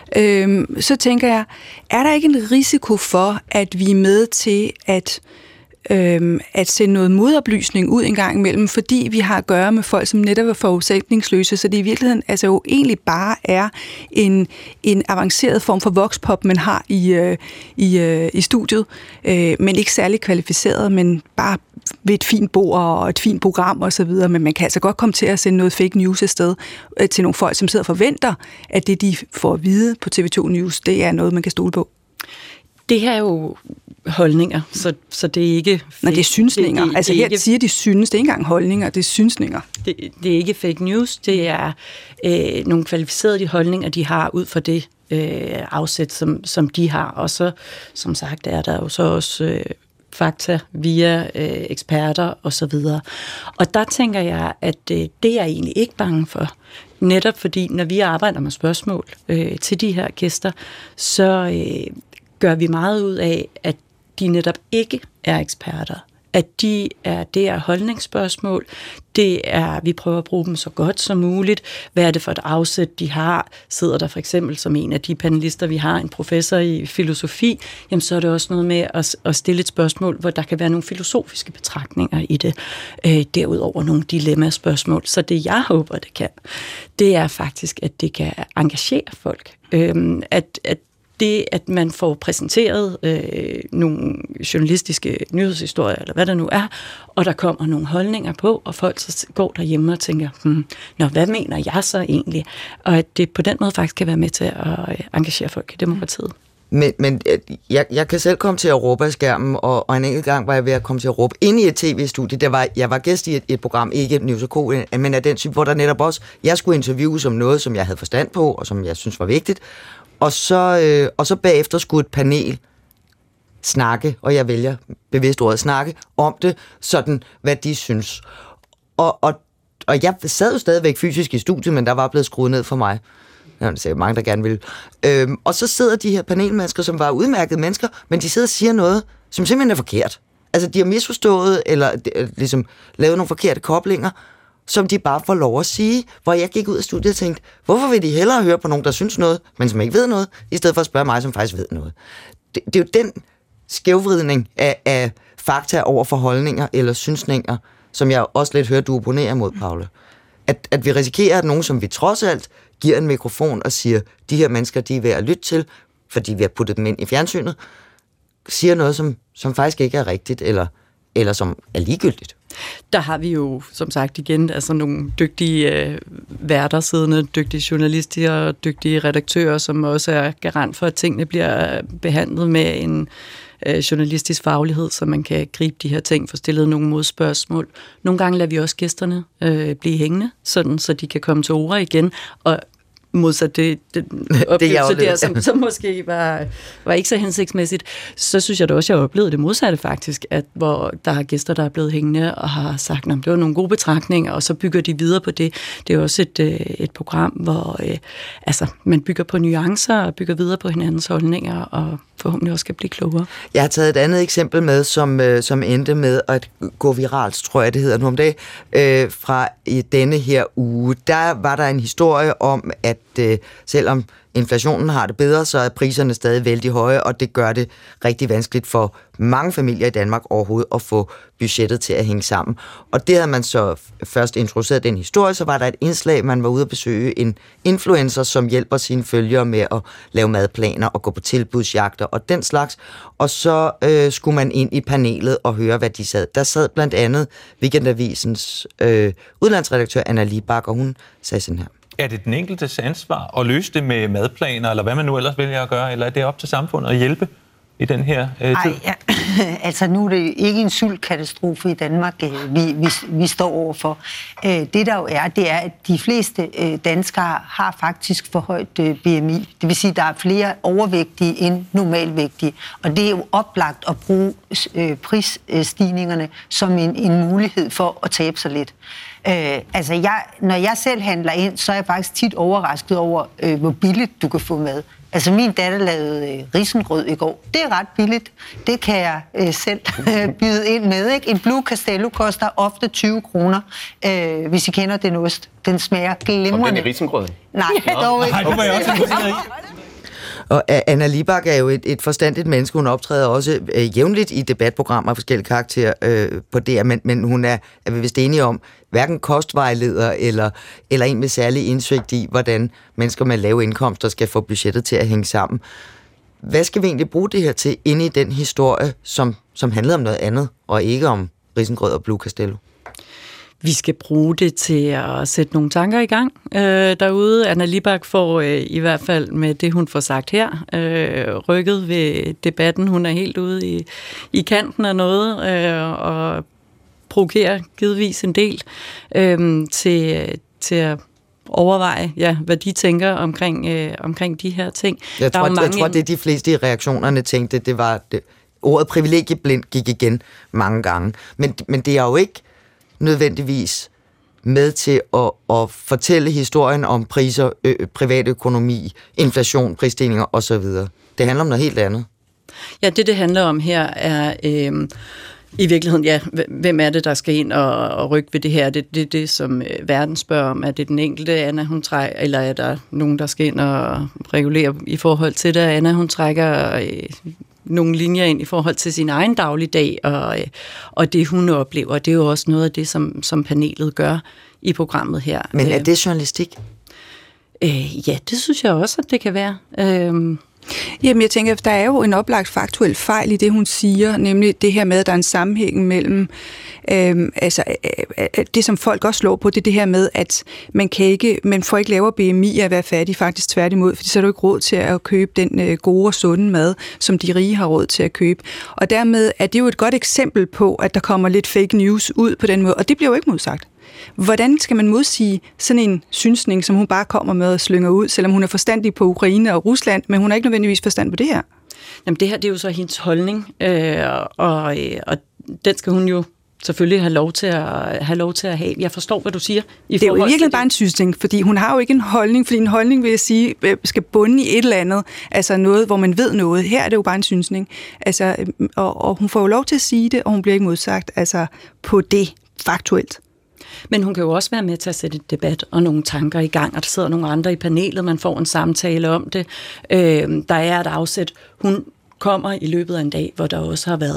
så tænker jeg, er der ikke en risiko for, at vi er med til at sende noget modoplysning ud en gang imellem, fordi vi har at gøre med folk, som netop er forudsætningsløse, så det i virkeligheden altså jo egentlig bare er en avanceret form for voxpop, man har i studiet, men ikke særlig kvalificeret, men bare ved et fint bord og et fint program og så videre, men man kan altså godt komme til at sende noget fake news afsted til nogle folk, som sidder og forventer, at det, de får at vide på TV2 News, det er noget, man kan stole på. Det her er jo holdninger, så det er ikke... Nej, det er synsninger. Altså her siger de synes, det er ikke engang holdninger, det er synsninger. Det er ikke fake news, det er nogle kvalificerede holdninger, de har ud fra det afsæt, som de har. Og så, som sagt, er der jo så også fakta via eksperter og så videre. Og der tænker jeg, at det er jeg egentlig ikke bange for. Netop fordi, når vi arbejder med spørgsmål til de her gæster, så gør vi meget ud af, at de netop ikke er eksperter. At det er holdningsspørgsmål. Vi prøver at bruge dem så godt som muligt. Hvad er det for et afsæt, de har? Sidder der for eksempel som en af de panelister, vi har, en professor i filosofi, jamen så er det også noget med at stille et spørgsmål, hvor der kan være nogle filosofiske betragtninger i det. Derudover nogle dilemmaspørgsmål. Så det, jeg håber, det kan, det er faktisk, at det kan engagere folk. At man får præsenteret nogle journalistiske nyhedshistorier, eller hvad der nu er, og der kommer nogle holdninger på, og folk så går derhjemme og tænker, hvad mener jeg så egentlig? Og at det på den måde faktisk kan være med til at engagere folk i demokratiet. Men jeg kan selv komme til at råbe af skærmen, og en enkelt gang var jeg ved at komme til at råbe ind i et tv-studie. Jeg var gæst i et program, ikke News & Co, men af den type, hvor der netop også, jeg skulle interviews om noget, som jeg havde forstand på, og som jeg synes var vigtigt, og så bagefter skulle et panel snakke, og jeg vælger bevidst ordet snakke, om det, sådan hvad de synes. Og jeg sad jo stadigvæk fysisk i studiet, men der var blevet skruet ned for mig. Der er sikkert mange, der gerne vil. Og så sidder de her panelmennesker, som var udmærkede mennesker, men de sidder og siger noget, som simpelthen er forkert. Altså, de har misforstået, eller ligesom lavet nogle forkerte koblinger, som de bare får lov at sige, hvor jeg gik ud af studiet og tænkte, hvorfor vil de hellere høre på nogen, der synes noget, men som ikke ved noget, i stedet for at spørge mig, som faktisk ved noget. Det er jo den skævvridning af fakta over for holdninger eller synsninger, som jeg også lidt hører, du opponerer mod, Paula. At vi risikerer, at nogen, som vi trods alt giver en mikrofon og siger, de her mennesker, de er værd at lytte til, fordi vi har puttet dem ind i fjernsynet, siger noget, som faktisk ikke er rigtigt, eller som er ligegyldigt. Der har vi jo, som sagt igen, altså nogle dygtige værter siddende, dygtige journalister og dygtige redaktører, som også er garant for, at tingene bliver behandlet med en journalistisk faglighed, så man kan gribe de her ting, få stillet nogle modspørgsmål. Nogle gange lader vi også gæsterne blive hængende, sådan, så de kan komme til ord igen, og modsat det oplevelse der, som måske var ikke så hensigtsmæssigt, så synes jeg da også, at jeg oplevede det modsatte faktisk, at hvor der er gæster, der er blevet hængende og har sagt, at det var nogle gode betragtninger, og så bygger de videre på det. Det er også et program, hvor man bygger på nuancer og bygger videre på hinandens holdninger, og forhåbentlig også kan blive klogere. Jeg har taget et andet eksempel med, som endte med at gå viralt, tror jeg det hedder nu om dagen, fra i denne her uge. Der var der en historie om, at selvom inflationen har det bedre, så er priserne stadig vældig høje, og det gør det rigtig vanskeligt for mange familier i Danmark overhovedet at få budgettet til at hænge sammen. Og det havde man så først introduceret den historie, så var der et indslag, man var ude at besøge en influencer, som hjælper sine følgere med at lave madplaner og gå på tilbudsjagter og den slags, og så skulle man ind i panelet og høre, hvad de sad. Der sad blandt andet Weekendavisens udlandsredaktør Anna Libak, og hun sagde sådan her. Er det den enkeltes ansvar at løse det med madplaner, eller hvad man nu ellers vælger at gøre, eller er det op til samfundet at hjælpe i den her tid? Altså nu er det ikke en sultkatastrofe i Danmark, vi står overfor. Det der jo er, det er, at de fleste danskere har faktisk for højt BMI. Det vil sige, at der er flere overvægtige end normalvægtige. Og det er jo oplagt at bruge prisstigningerne som en mulighed for at tabe sig lidt. Når jeg selv handler ind, så er jeg faktisk tit overrasket over, hvor billigt du kan få mad. Altså min datter lavede risengrød i går. Det er ret billigt. Det kan jeg selv byde ind med. Ikke? En Blue Castello koster ofte 20 kroner, hvis I kender den ost. Den smager glimrende. Kom den i risengrøden? Nej, dog ikke. Nej, det var jeg også interesseret i. Og Anna Libak er jo et forstandigt menneske. Hun optræder også jævnligt i debatprogrammer af forskellige karakterer på DR, men hun er vi vist enige om, hverken kostvejleder eller en med særlig indsigt i, hvordan mennesker med lave indkomster skal få budgettet til at hænge sammen. Hvad skal vi egentlig bruge det her til inde i den historie, som handler om noget andet, og ikke om risengrød og Blue Castello? Vi skal bruge det til at sætte nogle tanker i gang derude. Anna Libak får i hvert fald med det, hun får sagt her, rykket ved debatten. Hun er helt ude i kanten af noget og provokerer givetvis en del til at overveje, hvad de tænker omkring de her ting. Jeg tror, det er de fleste i reaktionerne tænkte, det var ordet privilegieblind gik igen mange gange. Men det er jo ikke nødvendigvis med til at fortælle historien om priser, privatøkonomi, inflation, prisstigninger osv. Det handler om noget helt andet. Ja, det handler om her er i virkeligheden, hvem er det, der skal ind og rykke ved det her? Det er det, som verden spørger om. Er det den enkelte, Anna, hun trækker, eller er der nogen, der skal ind og regulere i forhold til det? Anna, hun trækker nogle linjer ind i forhold til sin egen dagligdag, og det hun oplever, det er jo også noget af det, som panelet gør i programmet her. Men er det journalistik? Ja, det synes jeg også, at det kan være. Jamen, jeg tænker, der er jo en oplagt faktuel fejl i det, hun siger, nemlig det her med, at der er en sammenhæng mellem, det som folk også slår på, det er det her med, at man får ikke lavere BMI af at være fattig, faktisk tværtimod, fordi så er du ikke råd til at købe den gode og sunde mad, som de rige har råd til at købe. Og dermed er det jo et godt eksempel på, at der kommer lidt fake news ud på den måde, og det bliver jo ikke modsagt. Hvordan skal man modsige sådan en synsning, som hun bare kommer med og slynger ud, selvom hun er forstandig på Ukraine og Rusland, men hun har ikke nødvendigvis forstand på det her? Jamen det her, det er jo så hendes holdning, og den skal hun jo selvfølgelig have lov til at have. Jeg forstår, hvad du siger. Det er jo virkelig bare en synsning, fordi hun har jo ikke en holdning, fordi en holdning, vil jeg sige, skal bunde i et eller andet, altså noget, hvor man ved noget. Her er det jo bare en synsning. Altså, og hun får jo lov til at sige det, og hun bliver ikke modsagt på det faktuelt. Men hun kan jo også være med til at sætte et debat og nogle tanker i gang, og der sidder nogle andre i panelet, man får en samtale om det. Der er et afsæt. Hun kommer i løbet af en dag, hvor der også har været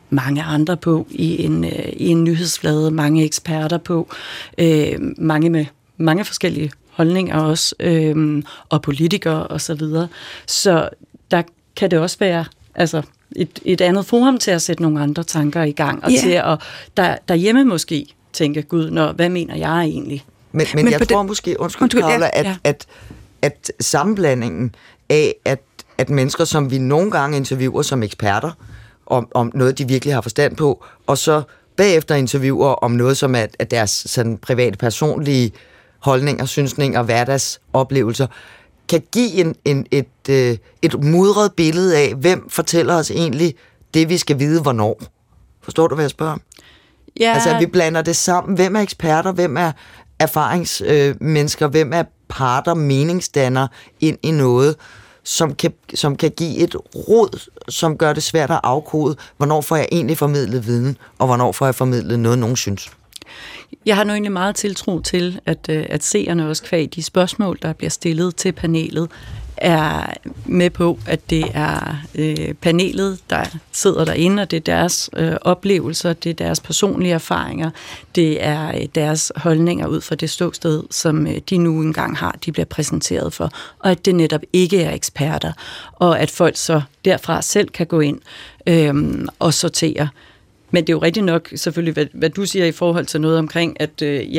mange andre på i en nyhedsflade, mange eksperter på, mange med mange forskellige holdninger også, og politikere og så videre. Så der kan det også være et andet forum til at sætte nogle andre tanker i gang, og til at derhjemme måske tænke, gud, hvad mener jeg egentlig? Men jeg tror måske, Paula, at sammenblandingen af, at mennesker, som vi nogle gange interviewer som eksperter, om noget, de virkelig har forstand på, og så bagefter interviewer om noget, som er deres sådan private, personlige holdninger, synsninger, hverdagsoplevelser, kan give et mudret billede af, hvem fortæller os egentlig det, vi skal vide, hvornår. Forstår du, hvad jeg spørger om? Ja. Altså, at vi blander det sammen. Hvem er eksperter? Hvem er erfaringsmennesker? Hvem er parter, meningsdannere ind i noget, som kan give et råd, som gør det svært at afkode, hvornår får jeg egentlig formidlet viden, og hvornår får jeg formidlet noget, nogen synes? Jeg har nu egentlig meget tiltro til, at seerne også kvad de spørgsmål, der bliver stillet til panelet, er med på, at det er panelet, der sidder derinde, og det er deres oplevelser, det er deres personlige erfaringer, det er deres holdninger ud fra det ståsted, som de nu engang har, de bliver præsenteret for, og at det netop ikke er eksperter, og at folk så derfra selv kan gå ind og sortere. Men det er jo rigtigt nok, selvfølgelig, hvad du siger i forhold til noget omkring, at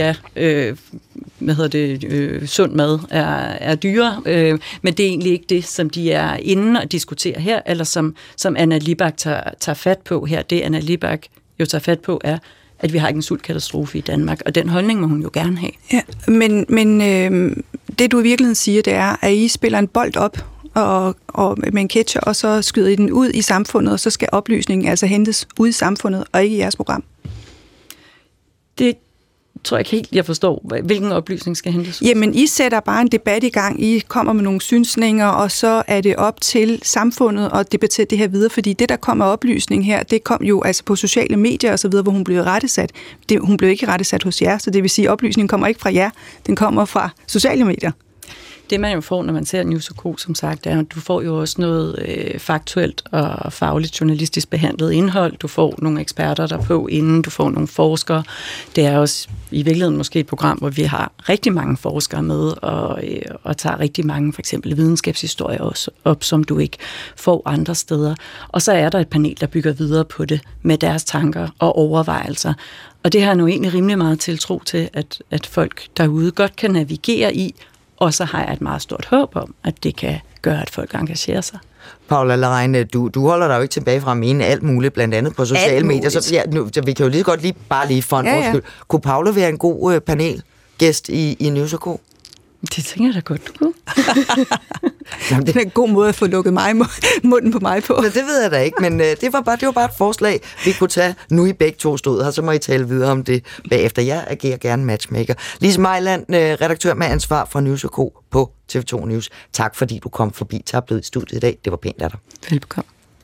sund mad er dyre, men det er egentlig ikke det, som de er inde og diskuterer her, eller som Anna Libak tager fat på her. Det Anna Libak jo tager fat på er, at vi har ikke en sultkatastrofe i Danmark, og den holdning må hun jo gerne have. Ja, men det du i virkeligheden siger, det er, at I spiller en bold op, og med en catcher, og så skyder I den ud i samfundet, og så skal oplysningen altså hentes ud i samfundet, og ikke i jeres program. Det tror jeg ikke helt, jeg forstår. Hvilken oplysning skal hentes ud? Jamen, I sætter bare en debat i gang. I kommer med nogle synsninger, og så er det op til samfundet at debattere det her videre, fordi det, der kommer oplysning her, det kom jo altså på sociale medier og så videre, hvor hun blev rettesat. Hun blev ikke rettesat hos jer, så det vil sige, at oplysningen kommer ikke fra jer, den kommer fra sociale medier. Det man jo får, når man ser News & Co, som sagt, er, at du får jo også noget faktuelt og fagligt journalistisk behandlet indhold. Du får nogle eksperter derpå inden, du får nogle forskere. Det er også i virkeligheden måske et program, hvor vi har rigtig mange forskere med, og tager rigtig mange for eksempel videnskabshistorier også op, som du ikke får andre steder. Og så er der et panel, der bygger videre på det med deres tanker og overvejelser. Og det har jeg nu egentlig rimelig meget tiltro til, at folk derude godt kan navigere i. Og så har jeg et meget stort håb om, at det kan gøre, at folk engagerer sig. Paula Larraín, du holder dig jo ikke tilbage fra at mene alt muligt, blandt andet på sociale medier. Så vi kan jo lige godt lige for en undskyld. Kunne Paula være en god panelgæst i News & Co? Det tænker jeg da godt, du kunne. Jamen, det er en god måde at få lukket munden på mig på. Det ved jeg da ikke, men det var bare et forslag, vi kunne tage. Nu I begge to stod her, så må I tale videre om det bagefter. Jeg agerer gerne matchmaker. Lise Mejland, redaktør med ansvar for News & Co på TV2 News. Tak fordi du kom forbi Tabloid i studiet i dag. Det var pænt af dig. Velbekomme.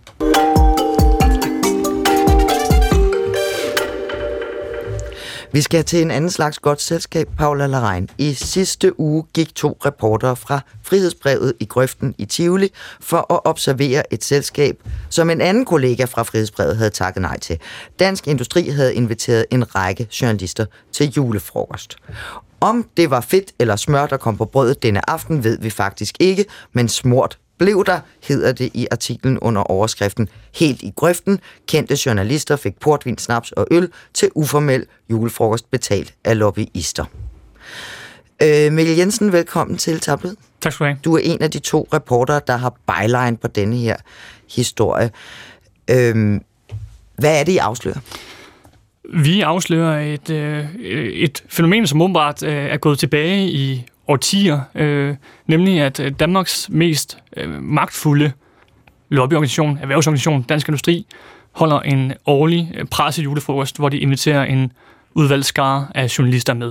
Vi skal til en anden slags godt selskab, Paula Larraín. I sidste uge gik 2 reportere fra Frihedsbrevet i grøften i Tivoli for at observere et selskab, som en anden kollega fra Frihedsbrevet havde takket nej til. Dansk Industri havde inviteret en række journalister til julefrokost. Om det var fedt eller smør, der kom på brødet denne aften, ved vi faktisk ikke, men smurt blev der, hedder det i artiklen under overskriften Helt i grøften. Kendte journalister fik portvin, snaps og øl til uformel julefrokost betalt af lobbyister. Mikkel Jensen, velkommen til Tabloid. Tak skal du have. Du er en af de 2 reportere, der har byline på denne her historie. Hvad er det, I afslører? Vi afslører et fænomen, som åbenbart er gået tilbage i årtier, nemlig at Danmarks mest magtfulde lobbyorganisation, erhvervsorganisation, Dansk Industri, holder en årlig pressejulefrokost, hvor de inviterer en udvalgt skare af journalister med.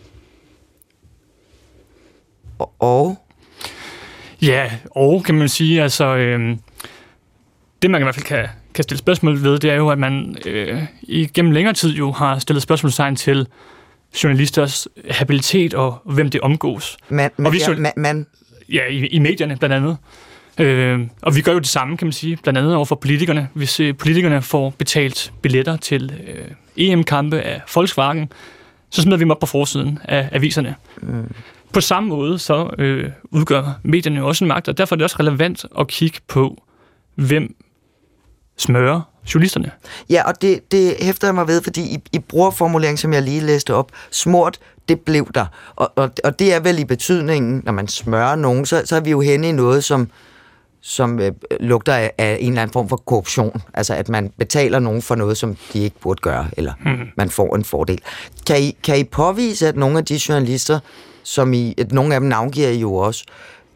Og? Ja, og kan man sige, altså det man i hvert fald kan stille spørgsmål ved, det er jo, at man igennem længere tid jo har stillet spørgsmålstegn til journalisters habilitet og hvem det omgås. Ja, i medierne blandt andet. Og vi gør jo det samme, kan man sige, blandt andet over for politikerne. Hvis politikerne får betalt billetter til EM-kampe af Volkswagen, så smider vi dem op på forsiden af aviserne. På samme måde så udgør medierne jo også en magt, og derfor er det også relevant at kigge på, hvem smører journalisterne. Ja, og det hæfter jeg mig ved, fordi I bruger formuleringen, som jeg lige læste op, smurt, det blev der. Og det er vel i betydningen, når man smører nogen, så er vi jo henne i noget, som lugter af en eller anden form for korruption. Altså, at man betaler nogen for noget, som de ikke burde gøre, eller man får en fordel. Kan I påvise, at nogle af de journalister, nogle af dem navngiver I jo også,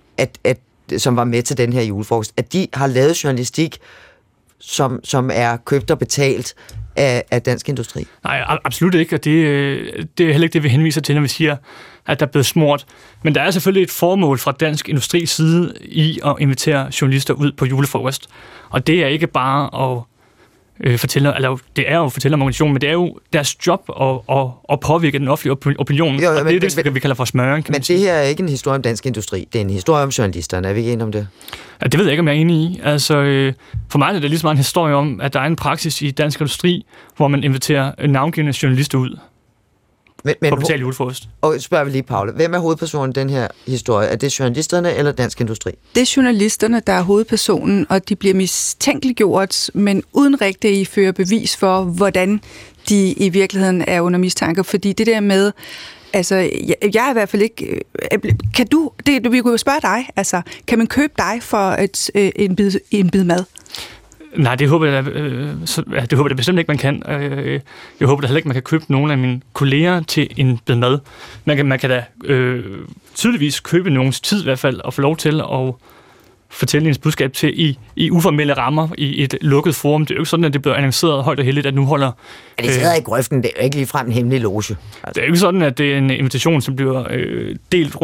som var med til den her julefrokost, at de har lavet journalistik, som er købt og betalt af dansk industri? Nej, absolut ikke, og det er heller ikke det, vi henviser til, når vi siger, at der er blevet smurt. Men der er selvfølgelig et formål fra dansk industris side i at invitere journalister ud på julefrokost. Og det er ikke bare at fortælle, eller det er jo at fortælle om organisationen, men det er jo deres job at påvirke den offentlige opinion. Jo, og det er det, vi kalder for smøring. Men det her er ikke en historie om dansk industri, det er en historie om journalisterne. Er vi ikke enige om det? Ja, det ved jeg ikke, om jeg er enig i. Altså, for mig er det lige så meget en historie om, at der er en praksis i dansk industri, hvor man inviterer navngivende journalister ud. på betalt julefrokost. Og spørger vi lige, Paula, hvem er hovedpersonen i den her historie? Er det journalisterne eller Dansk Industri? Det er journalisterne, der er hovedpersonen, og de bliver mistænkeliggjort, men uden rigtig at føre bevis for, hvordan de i virkeligheden er under mistanke. Fordi det der med, altså, jeg er i hvert fald ikke... Kan du... Vi kunne jo spørge dig, altså, kan man købe dig for en bid mad? Nej, det håber jeg bestemt ikke, man kan. Jeg håber da heller ikke, man kan købe nogle af mine kolleger til en bid mad. Man kan da tydeligvis købe nogens tid i hvert fald, og få lov til at fortælle ens budskab til i uformelle rammer, i et lukket forum. Det er jo ikke sådan, at det bliver annonceret højt og heldigt, at nu holder... Men det sidder i grøften, det er jo ikke ligefrem en hemmelig loge. Altså. Det er jo ikke sådan, at det er en invitation, som bliver delt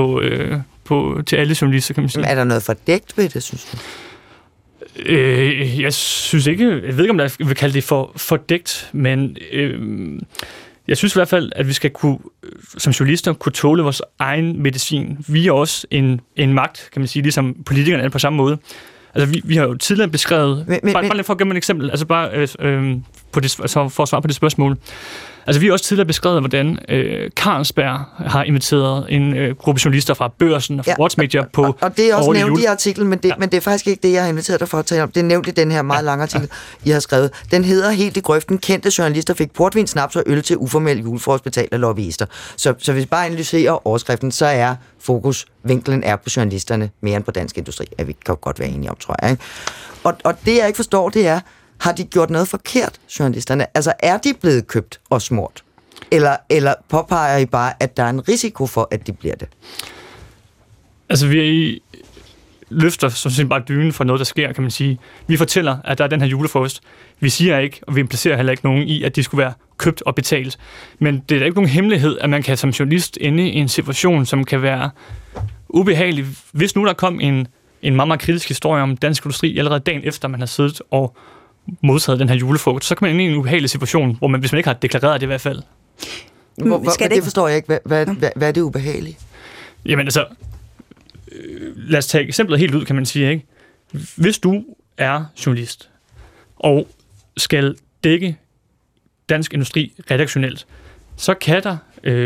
rundt til alle journalister, kan man sige. Men er der noget fordækt ved det, synes du? Jeg synes ikke, jeg ved ikke, om jeg vil kalde det for fordækt, men jeg synes i hvert fald, at vi skal som journalister kunne tåle vores egen medicin. Vi er også en magt, kan man sige, ligesom politikerne er på samme måde. Altså, vi har jo tidligere beskrevet... Bare lige for at give mig et eksempel, altså bare for at svare på det spørgsmål. Altså, vi har også tidligere beskrevet, hvordan Carlsberg har inviteret en gruppe journalister fra Børsen og fra Watchmedia på... Og det er også nævnt i artiklen, men det er faktisk ikke det, jeg har inviteret dig for at tale om. Det er nævnt i den her meget lange artikel, I har skrevet. Den hedder helt i grøften: kendte journalister fik portvin, snaps og øl til uformel julefrokost betalt af lobbyister. Så hvis bare analyserer overskriften, så er vinklen er på journalisterne mere end på Dansk Industri. Ja, vi kan godt være enige om, tror jeg. Ikke? Og det, jeg ikke forstår, det er, har de gjort noget forkert, journalisterne? Altså, er de blevet købt og smurt? Eller påpeger I bare, at der er en risiko for, at de bliver det? Altså, vi løfter som set bare dynen for noget, der sker, kan man sige. Vi fortæller, at der er den her julefrokost. Vi siger ikke, og vi implicerer heller ikke nogen i, at de skulle være købt og betalt. Men det er da ikke nogen hemmelighed, at man kan som journalist ende i en situation, som kan være ubehagelig. Hvis nu der kom en meget, meget kritisk historie om Dansk Industri allerede dagen efter, man har siddet og modtaget den her julefrokost, så kan man ende i en ubehagelig situation, hvor hvis man ikke har deklareret det i hvert fald. Det forstår jeg ikke. Hvad er det ubehagelige? Jamen altså, lad os tage eksemplet helt ud, kan man sige, ikke? Hvis du er journalist og skal dække Dansk Industri redaktionelt, så kan der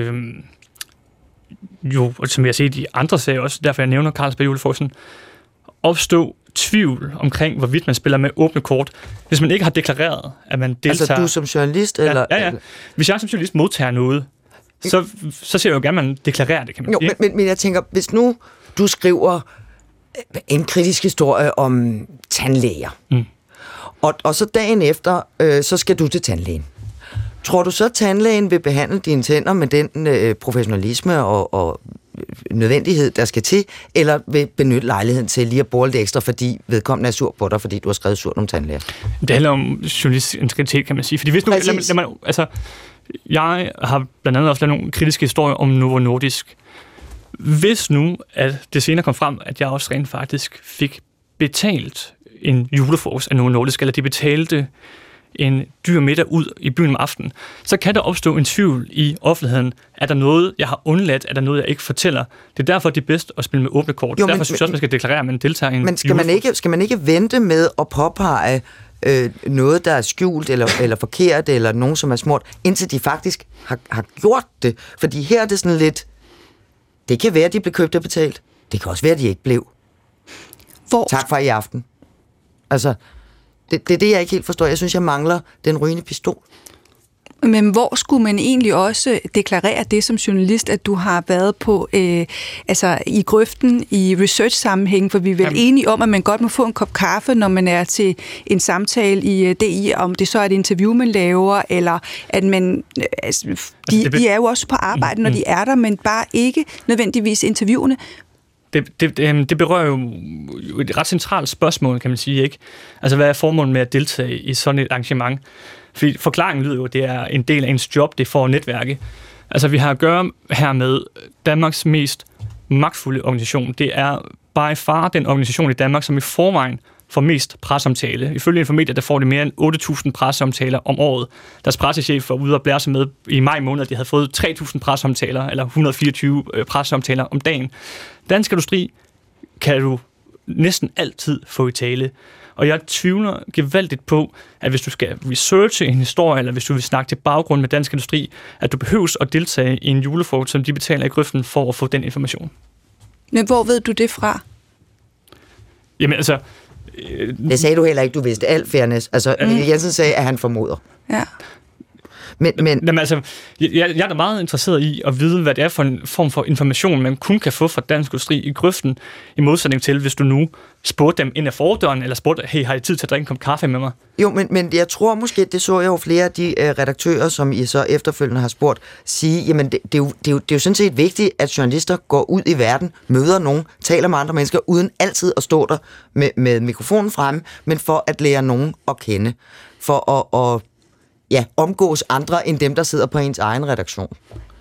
jo, som jeg har set i andre sager også, derfor jeg nævner Carlsberg julefrokosten, opstå tvivl omkring, hvorvidt man spiller med åbne kort, hvis man ikke har deklareret, at man deltager... Altså du som journalist? Eller? Ja. Hvis jeg som journalist modtager noget, så ser jeg jo gerne, at man deklarerer det, kan man sige. Men jeg tænker, hvis nu du skriver en kritisk historie om tandlæger, og så dagen efter, så skal du til tandlægen. Tror du så, at tandlægen vil behandle dine tænder med den professionalisme og nødvendighed, der skal til, eller vil benytte lejligheden til lige at bore lidt ekstra, fordi vedkommende er sur på dig, fordi du har skrevet surt om tandlæger? Det handler om journalistisk integritet, kan man sige. Fordi hvis nu, jeg har blandt andet også lavet nogle kritiske historier om Novo Nordisk. Hvis nu, at det senere kom frem, at jeg også rent faktisk fik betalt en julefrokost af Novo Nordisk, eller de betalte en dyr middag ud i byen om aftenen, så kan der opstå en tvivl i offentligheden. Er der noget, jeg har undladt? Er der noget, jeg ikke fortæller? Det er derfor, det er bedst at spille med åbne kort. Derfor synes jeg også, man skal deklarere, at man deltager i en... Men skal man ikke vente med at påpege noget, der er skjult eller forkert, eller nogen, som er smurt, indtil de faktisk har gjort det? Fordi her er det sådan lidt... Det kan være, at de blev købt og betalt. Det kan også være, at de ikke blev. Tak for i aften. Altså, det er det, jeg ikke helt forstår. Jeg synes, jeg mangler den rygende pistol. Men hvor skulle man egentlig også deklarere det som journalist, at du har været på altså i grøften i research-sammenhæng, for vi er vel enige om, at man godt må få en kop kaffe, når man er til en samtale i DI, om det så er et interview, man laver, eller at man... de er jo også på arbejde, når de er der, men bare ikke nødvendigvis interviewene. Det berører jo et ret centralt spørgsmål, kan man sige, ikke? Altså, hvad er formålet med at deltage i sådan et arrangement? Fordi forklaringen lyder jo, at det er en del af ens job, det er for at netværke. Altså, vi har at gøre her med Danmarks mest magtfulde organisation. Det er by far den organisation i Danmark, som i forvejen får mest presseomtale. Ifølge Infomedia, der får det mere end 8.000 presseomtaler om året. Deres pressechef var ude og blære sig med i maj måned, at de havde fået 3.000 presseomtaler, eller 124 presseomtaler om dagen. Dansk Industri kan du næsten altid få i tale. Og jeg tvivler gevaldigt på, at hvis du skal researche en historie, eller hvis du vil snakke til baggrund med Dansk Industri, at du behøves at deltage i en julefrokost, som de betaler i grøften for at få den information. Men hvor ved du det fra? Jamen altså... Det sagde du heller ikke, du vidste alt fairness. Altså, Mikkel Jensen sagde, at han formoder. Ja. Men jamen, altså, jeg er da meget interesseret i at vide, hvad det er for en form for information, man kun kan få fra Dansk Industri i grøften, i modsætning til, hvis du nu spurgte dem ind ad fordøren, eller spurgte, hey, har I tid til at drikke en kop kaffe med mig? Jo, men jeg tror måske, det så jeg jo flere af de redaktører, som I så efterfølgende har spurgt, sige, jamen det er jo sådan set vigtigt, at journalister går ud i verden, møder nogen, taler med andre mennesker, uden altid at stå der med mikrofonen fremme, men for at lære nogen at kende. For at omgås andre end dem, der sidder på ens egen redaktion.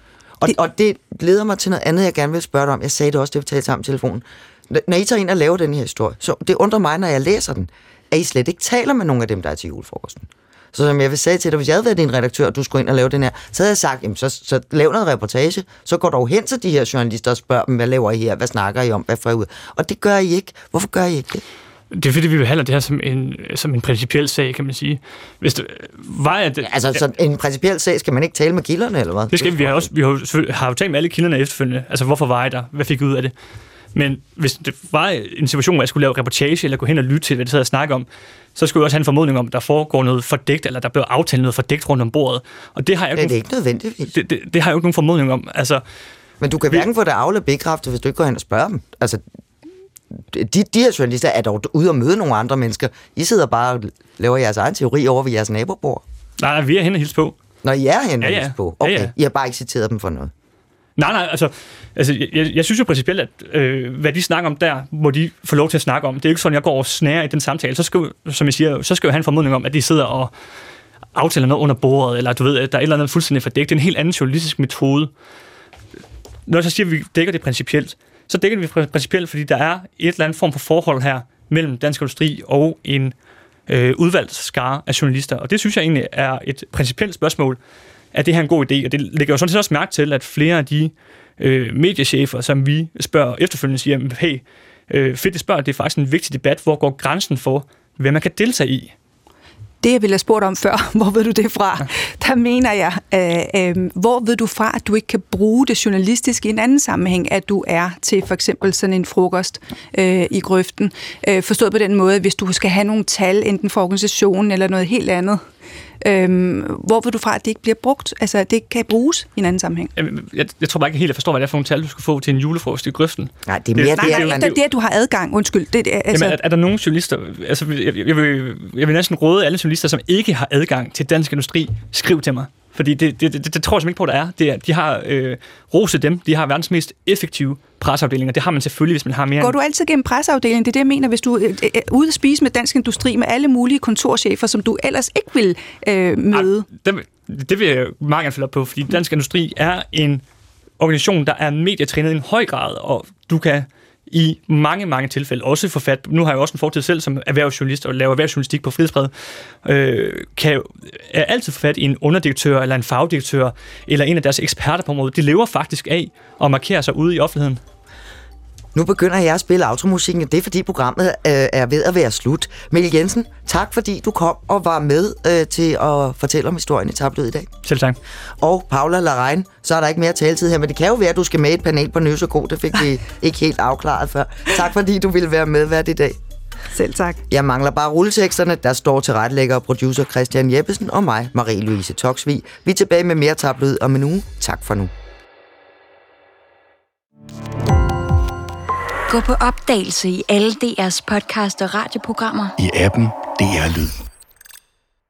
Og det leder mig til noget andet, jeg gerne vil spørge dig om. Jeg sagde det også, det vi talte sammen i telefonen. Når I tager ind og laver den her historie, så det undrer mig, når jeg læser den, at I slet ikke taler med nogen af dem, der er til julefrokosten. Så som jeg vil sige til dig, hvis jeg havde været din redaktør, og du skulle ind og lave den her, så havde jeg sagt, jamen, så lav noget reportage, så går dog hen til de her journalister og spørger dem, hvad laver I her, hvad snakker I om, hvad får I ud? Og det gør I ikke. Hvorfor gør I ikke det? Det er fordi, vi behandler det her som en principiel sag, kan man sige. Hvis det var så en principiel sag, skal man ikke tale med kilderne, eller hvad? Det skal vi. Har jo talt med alle kilderne efterfølgende. Altså, hvorfor var I der? Hvad fik I ud af det? Men hvis det var en situation, hvor jeg skulle lave reportage, eller gå hen og lytte til, hvad det sad og snakke om, så skulle jeg også have en formodning om, at der foregår noget fordækt, eller der bliver aftalt noget fordækt rundt om bordet. Og det har jeg det er ikke nødvendigvis. Det har jeg jo ikke nogen formodning om. Altså, men du kan hverken få det afle bekræftet, hvis du ikke går hen og spørger dem. Altså, de her journalister er dog ude og møde nogle andre mennesker. I sidder bare og laver jeres egen teori over ved jeres nabobord. Nej, vi er hen og hilse på. Når I er hen og hilse på? Okay, ja. I har bare ikke citeret dem for noget. Nej, altså jeg synes jo principielt, at hvad de snakker om der, må de få lov til at snakke om. Det er ikke sådan, jeg går og snærer i den samtale. Så skal, som jeg siger, så skal jeg have en formodning om, at de sidder og aftaler noget under bordet, eller du ved, at der er et eller andet fuldstændig fordækt. Det er en helt anden journalistisk metode. Når jeg så siger, at vi dækker det principielt, så dækker vi principielt, fordi der er et eller andet form for forhold her mellem Dansk Industri og en udvalgt skare af journalister. Og det synes jeg egentlig er et principielt spørgsmål. Er det her en god idé? Og det lægger jo sådan set også mærke til, at flere af de mediechefer, som vi spørger efterfølgende, siger, hey, fedt, det spørger, det er faktisk en vigtig debat. Hvor går grænsen for, hvad man kan deltage i? Det, jeg ville have spurgt om før, hvor ved du det fra? Der mener jeg, hvor ved du fra, at du ikke kan bruge det journalistiske i en anden sammenhæng, at du er til for eksempel sådan en frokost i grøften. Forstået på den måde, hvis du skal have nogle tal, enten for organisationen eller noget helt andet. Hvor ved du fra, at det ikke bliver brugt? Altså, at det ikke kan bruges i en anden sammenhæng? Jeg tror bare ikke helt, jeg forstår, hvad det er for nogle tal, du skal få til en julefrokost i grøften. Nej, det er mere det, at du har adgang. Undskyld. Altså... Jamen, er der nogle journalister... Altså, jeg vil næsten råde alle journalister, som ikke har adgang til Dansk Industri, skriv til mig. Fordi det tror jeg simpelthen ikke på, der er. De har roset dem. De har verdens mest effektive presseafdelinger. Det har man selvfølgelig, hvis man har mere... Går du altid gennem presseafdelingen? Det er det, jeg mener, hvis du er ude at spise med Dansk Industri, med alle mulige kontorchefer, som du ellers ikke vil møde. Det vil jeg meget gerne følge op på, fordi Dansk Industri er en organisation, der er medietrænet i en høj grad, og du kan i mange, mange tilfælde, også forfat. Nu har jeg også en fortid selv som erhvervsjournalist og laver erhvervsjournalistik på Frihedsbrevet, er altid forfat i en underdirektør eller en fagdirektør eller en af deres eksperter på området. De lever faktisk af at markere sig ude i offentligheden. Nu begynder jeg at spille outromusikken, og det er fordi programmet er ved at være slut. Mikkel Jensen, tak fordi du kom og var med til at fortælle om historien i Tablød i dag. Selv tak. Og Paula Larrain, så er der ikke mere taletid her, men det kan jo være, at du skal med i et panel på Nøs og God. Det fik vi ikke helt afklaret før. Tak fordi du ville være medvært i dag. Selv tak. Jeg mangler bare rulleteksterne. Der står tilrettelægger og producer Christian Jeppesen og mig, Marie-Louise Toksvig. Vi er tilbage med mere Tablød om en uge. Tak for nu. Gå på opdagelse i alle DR's podcast og radioprogrammer. I appen DR Lyd.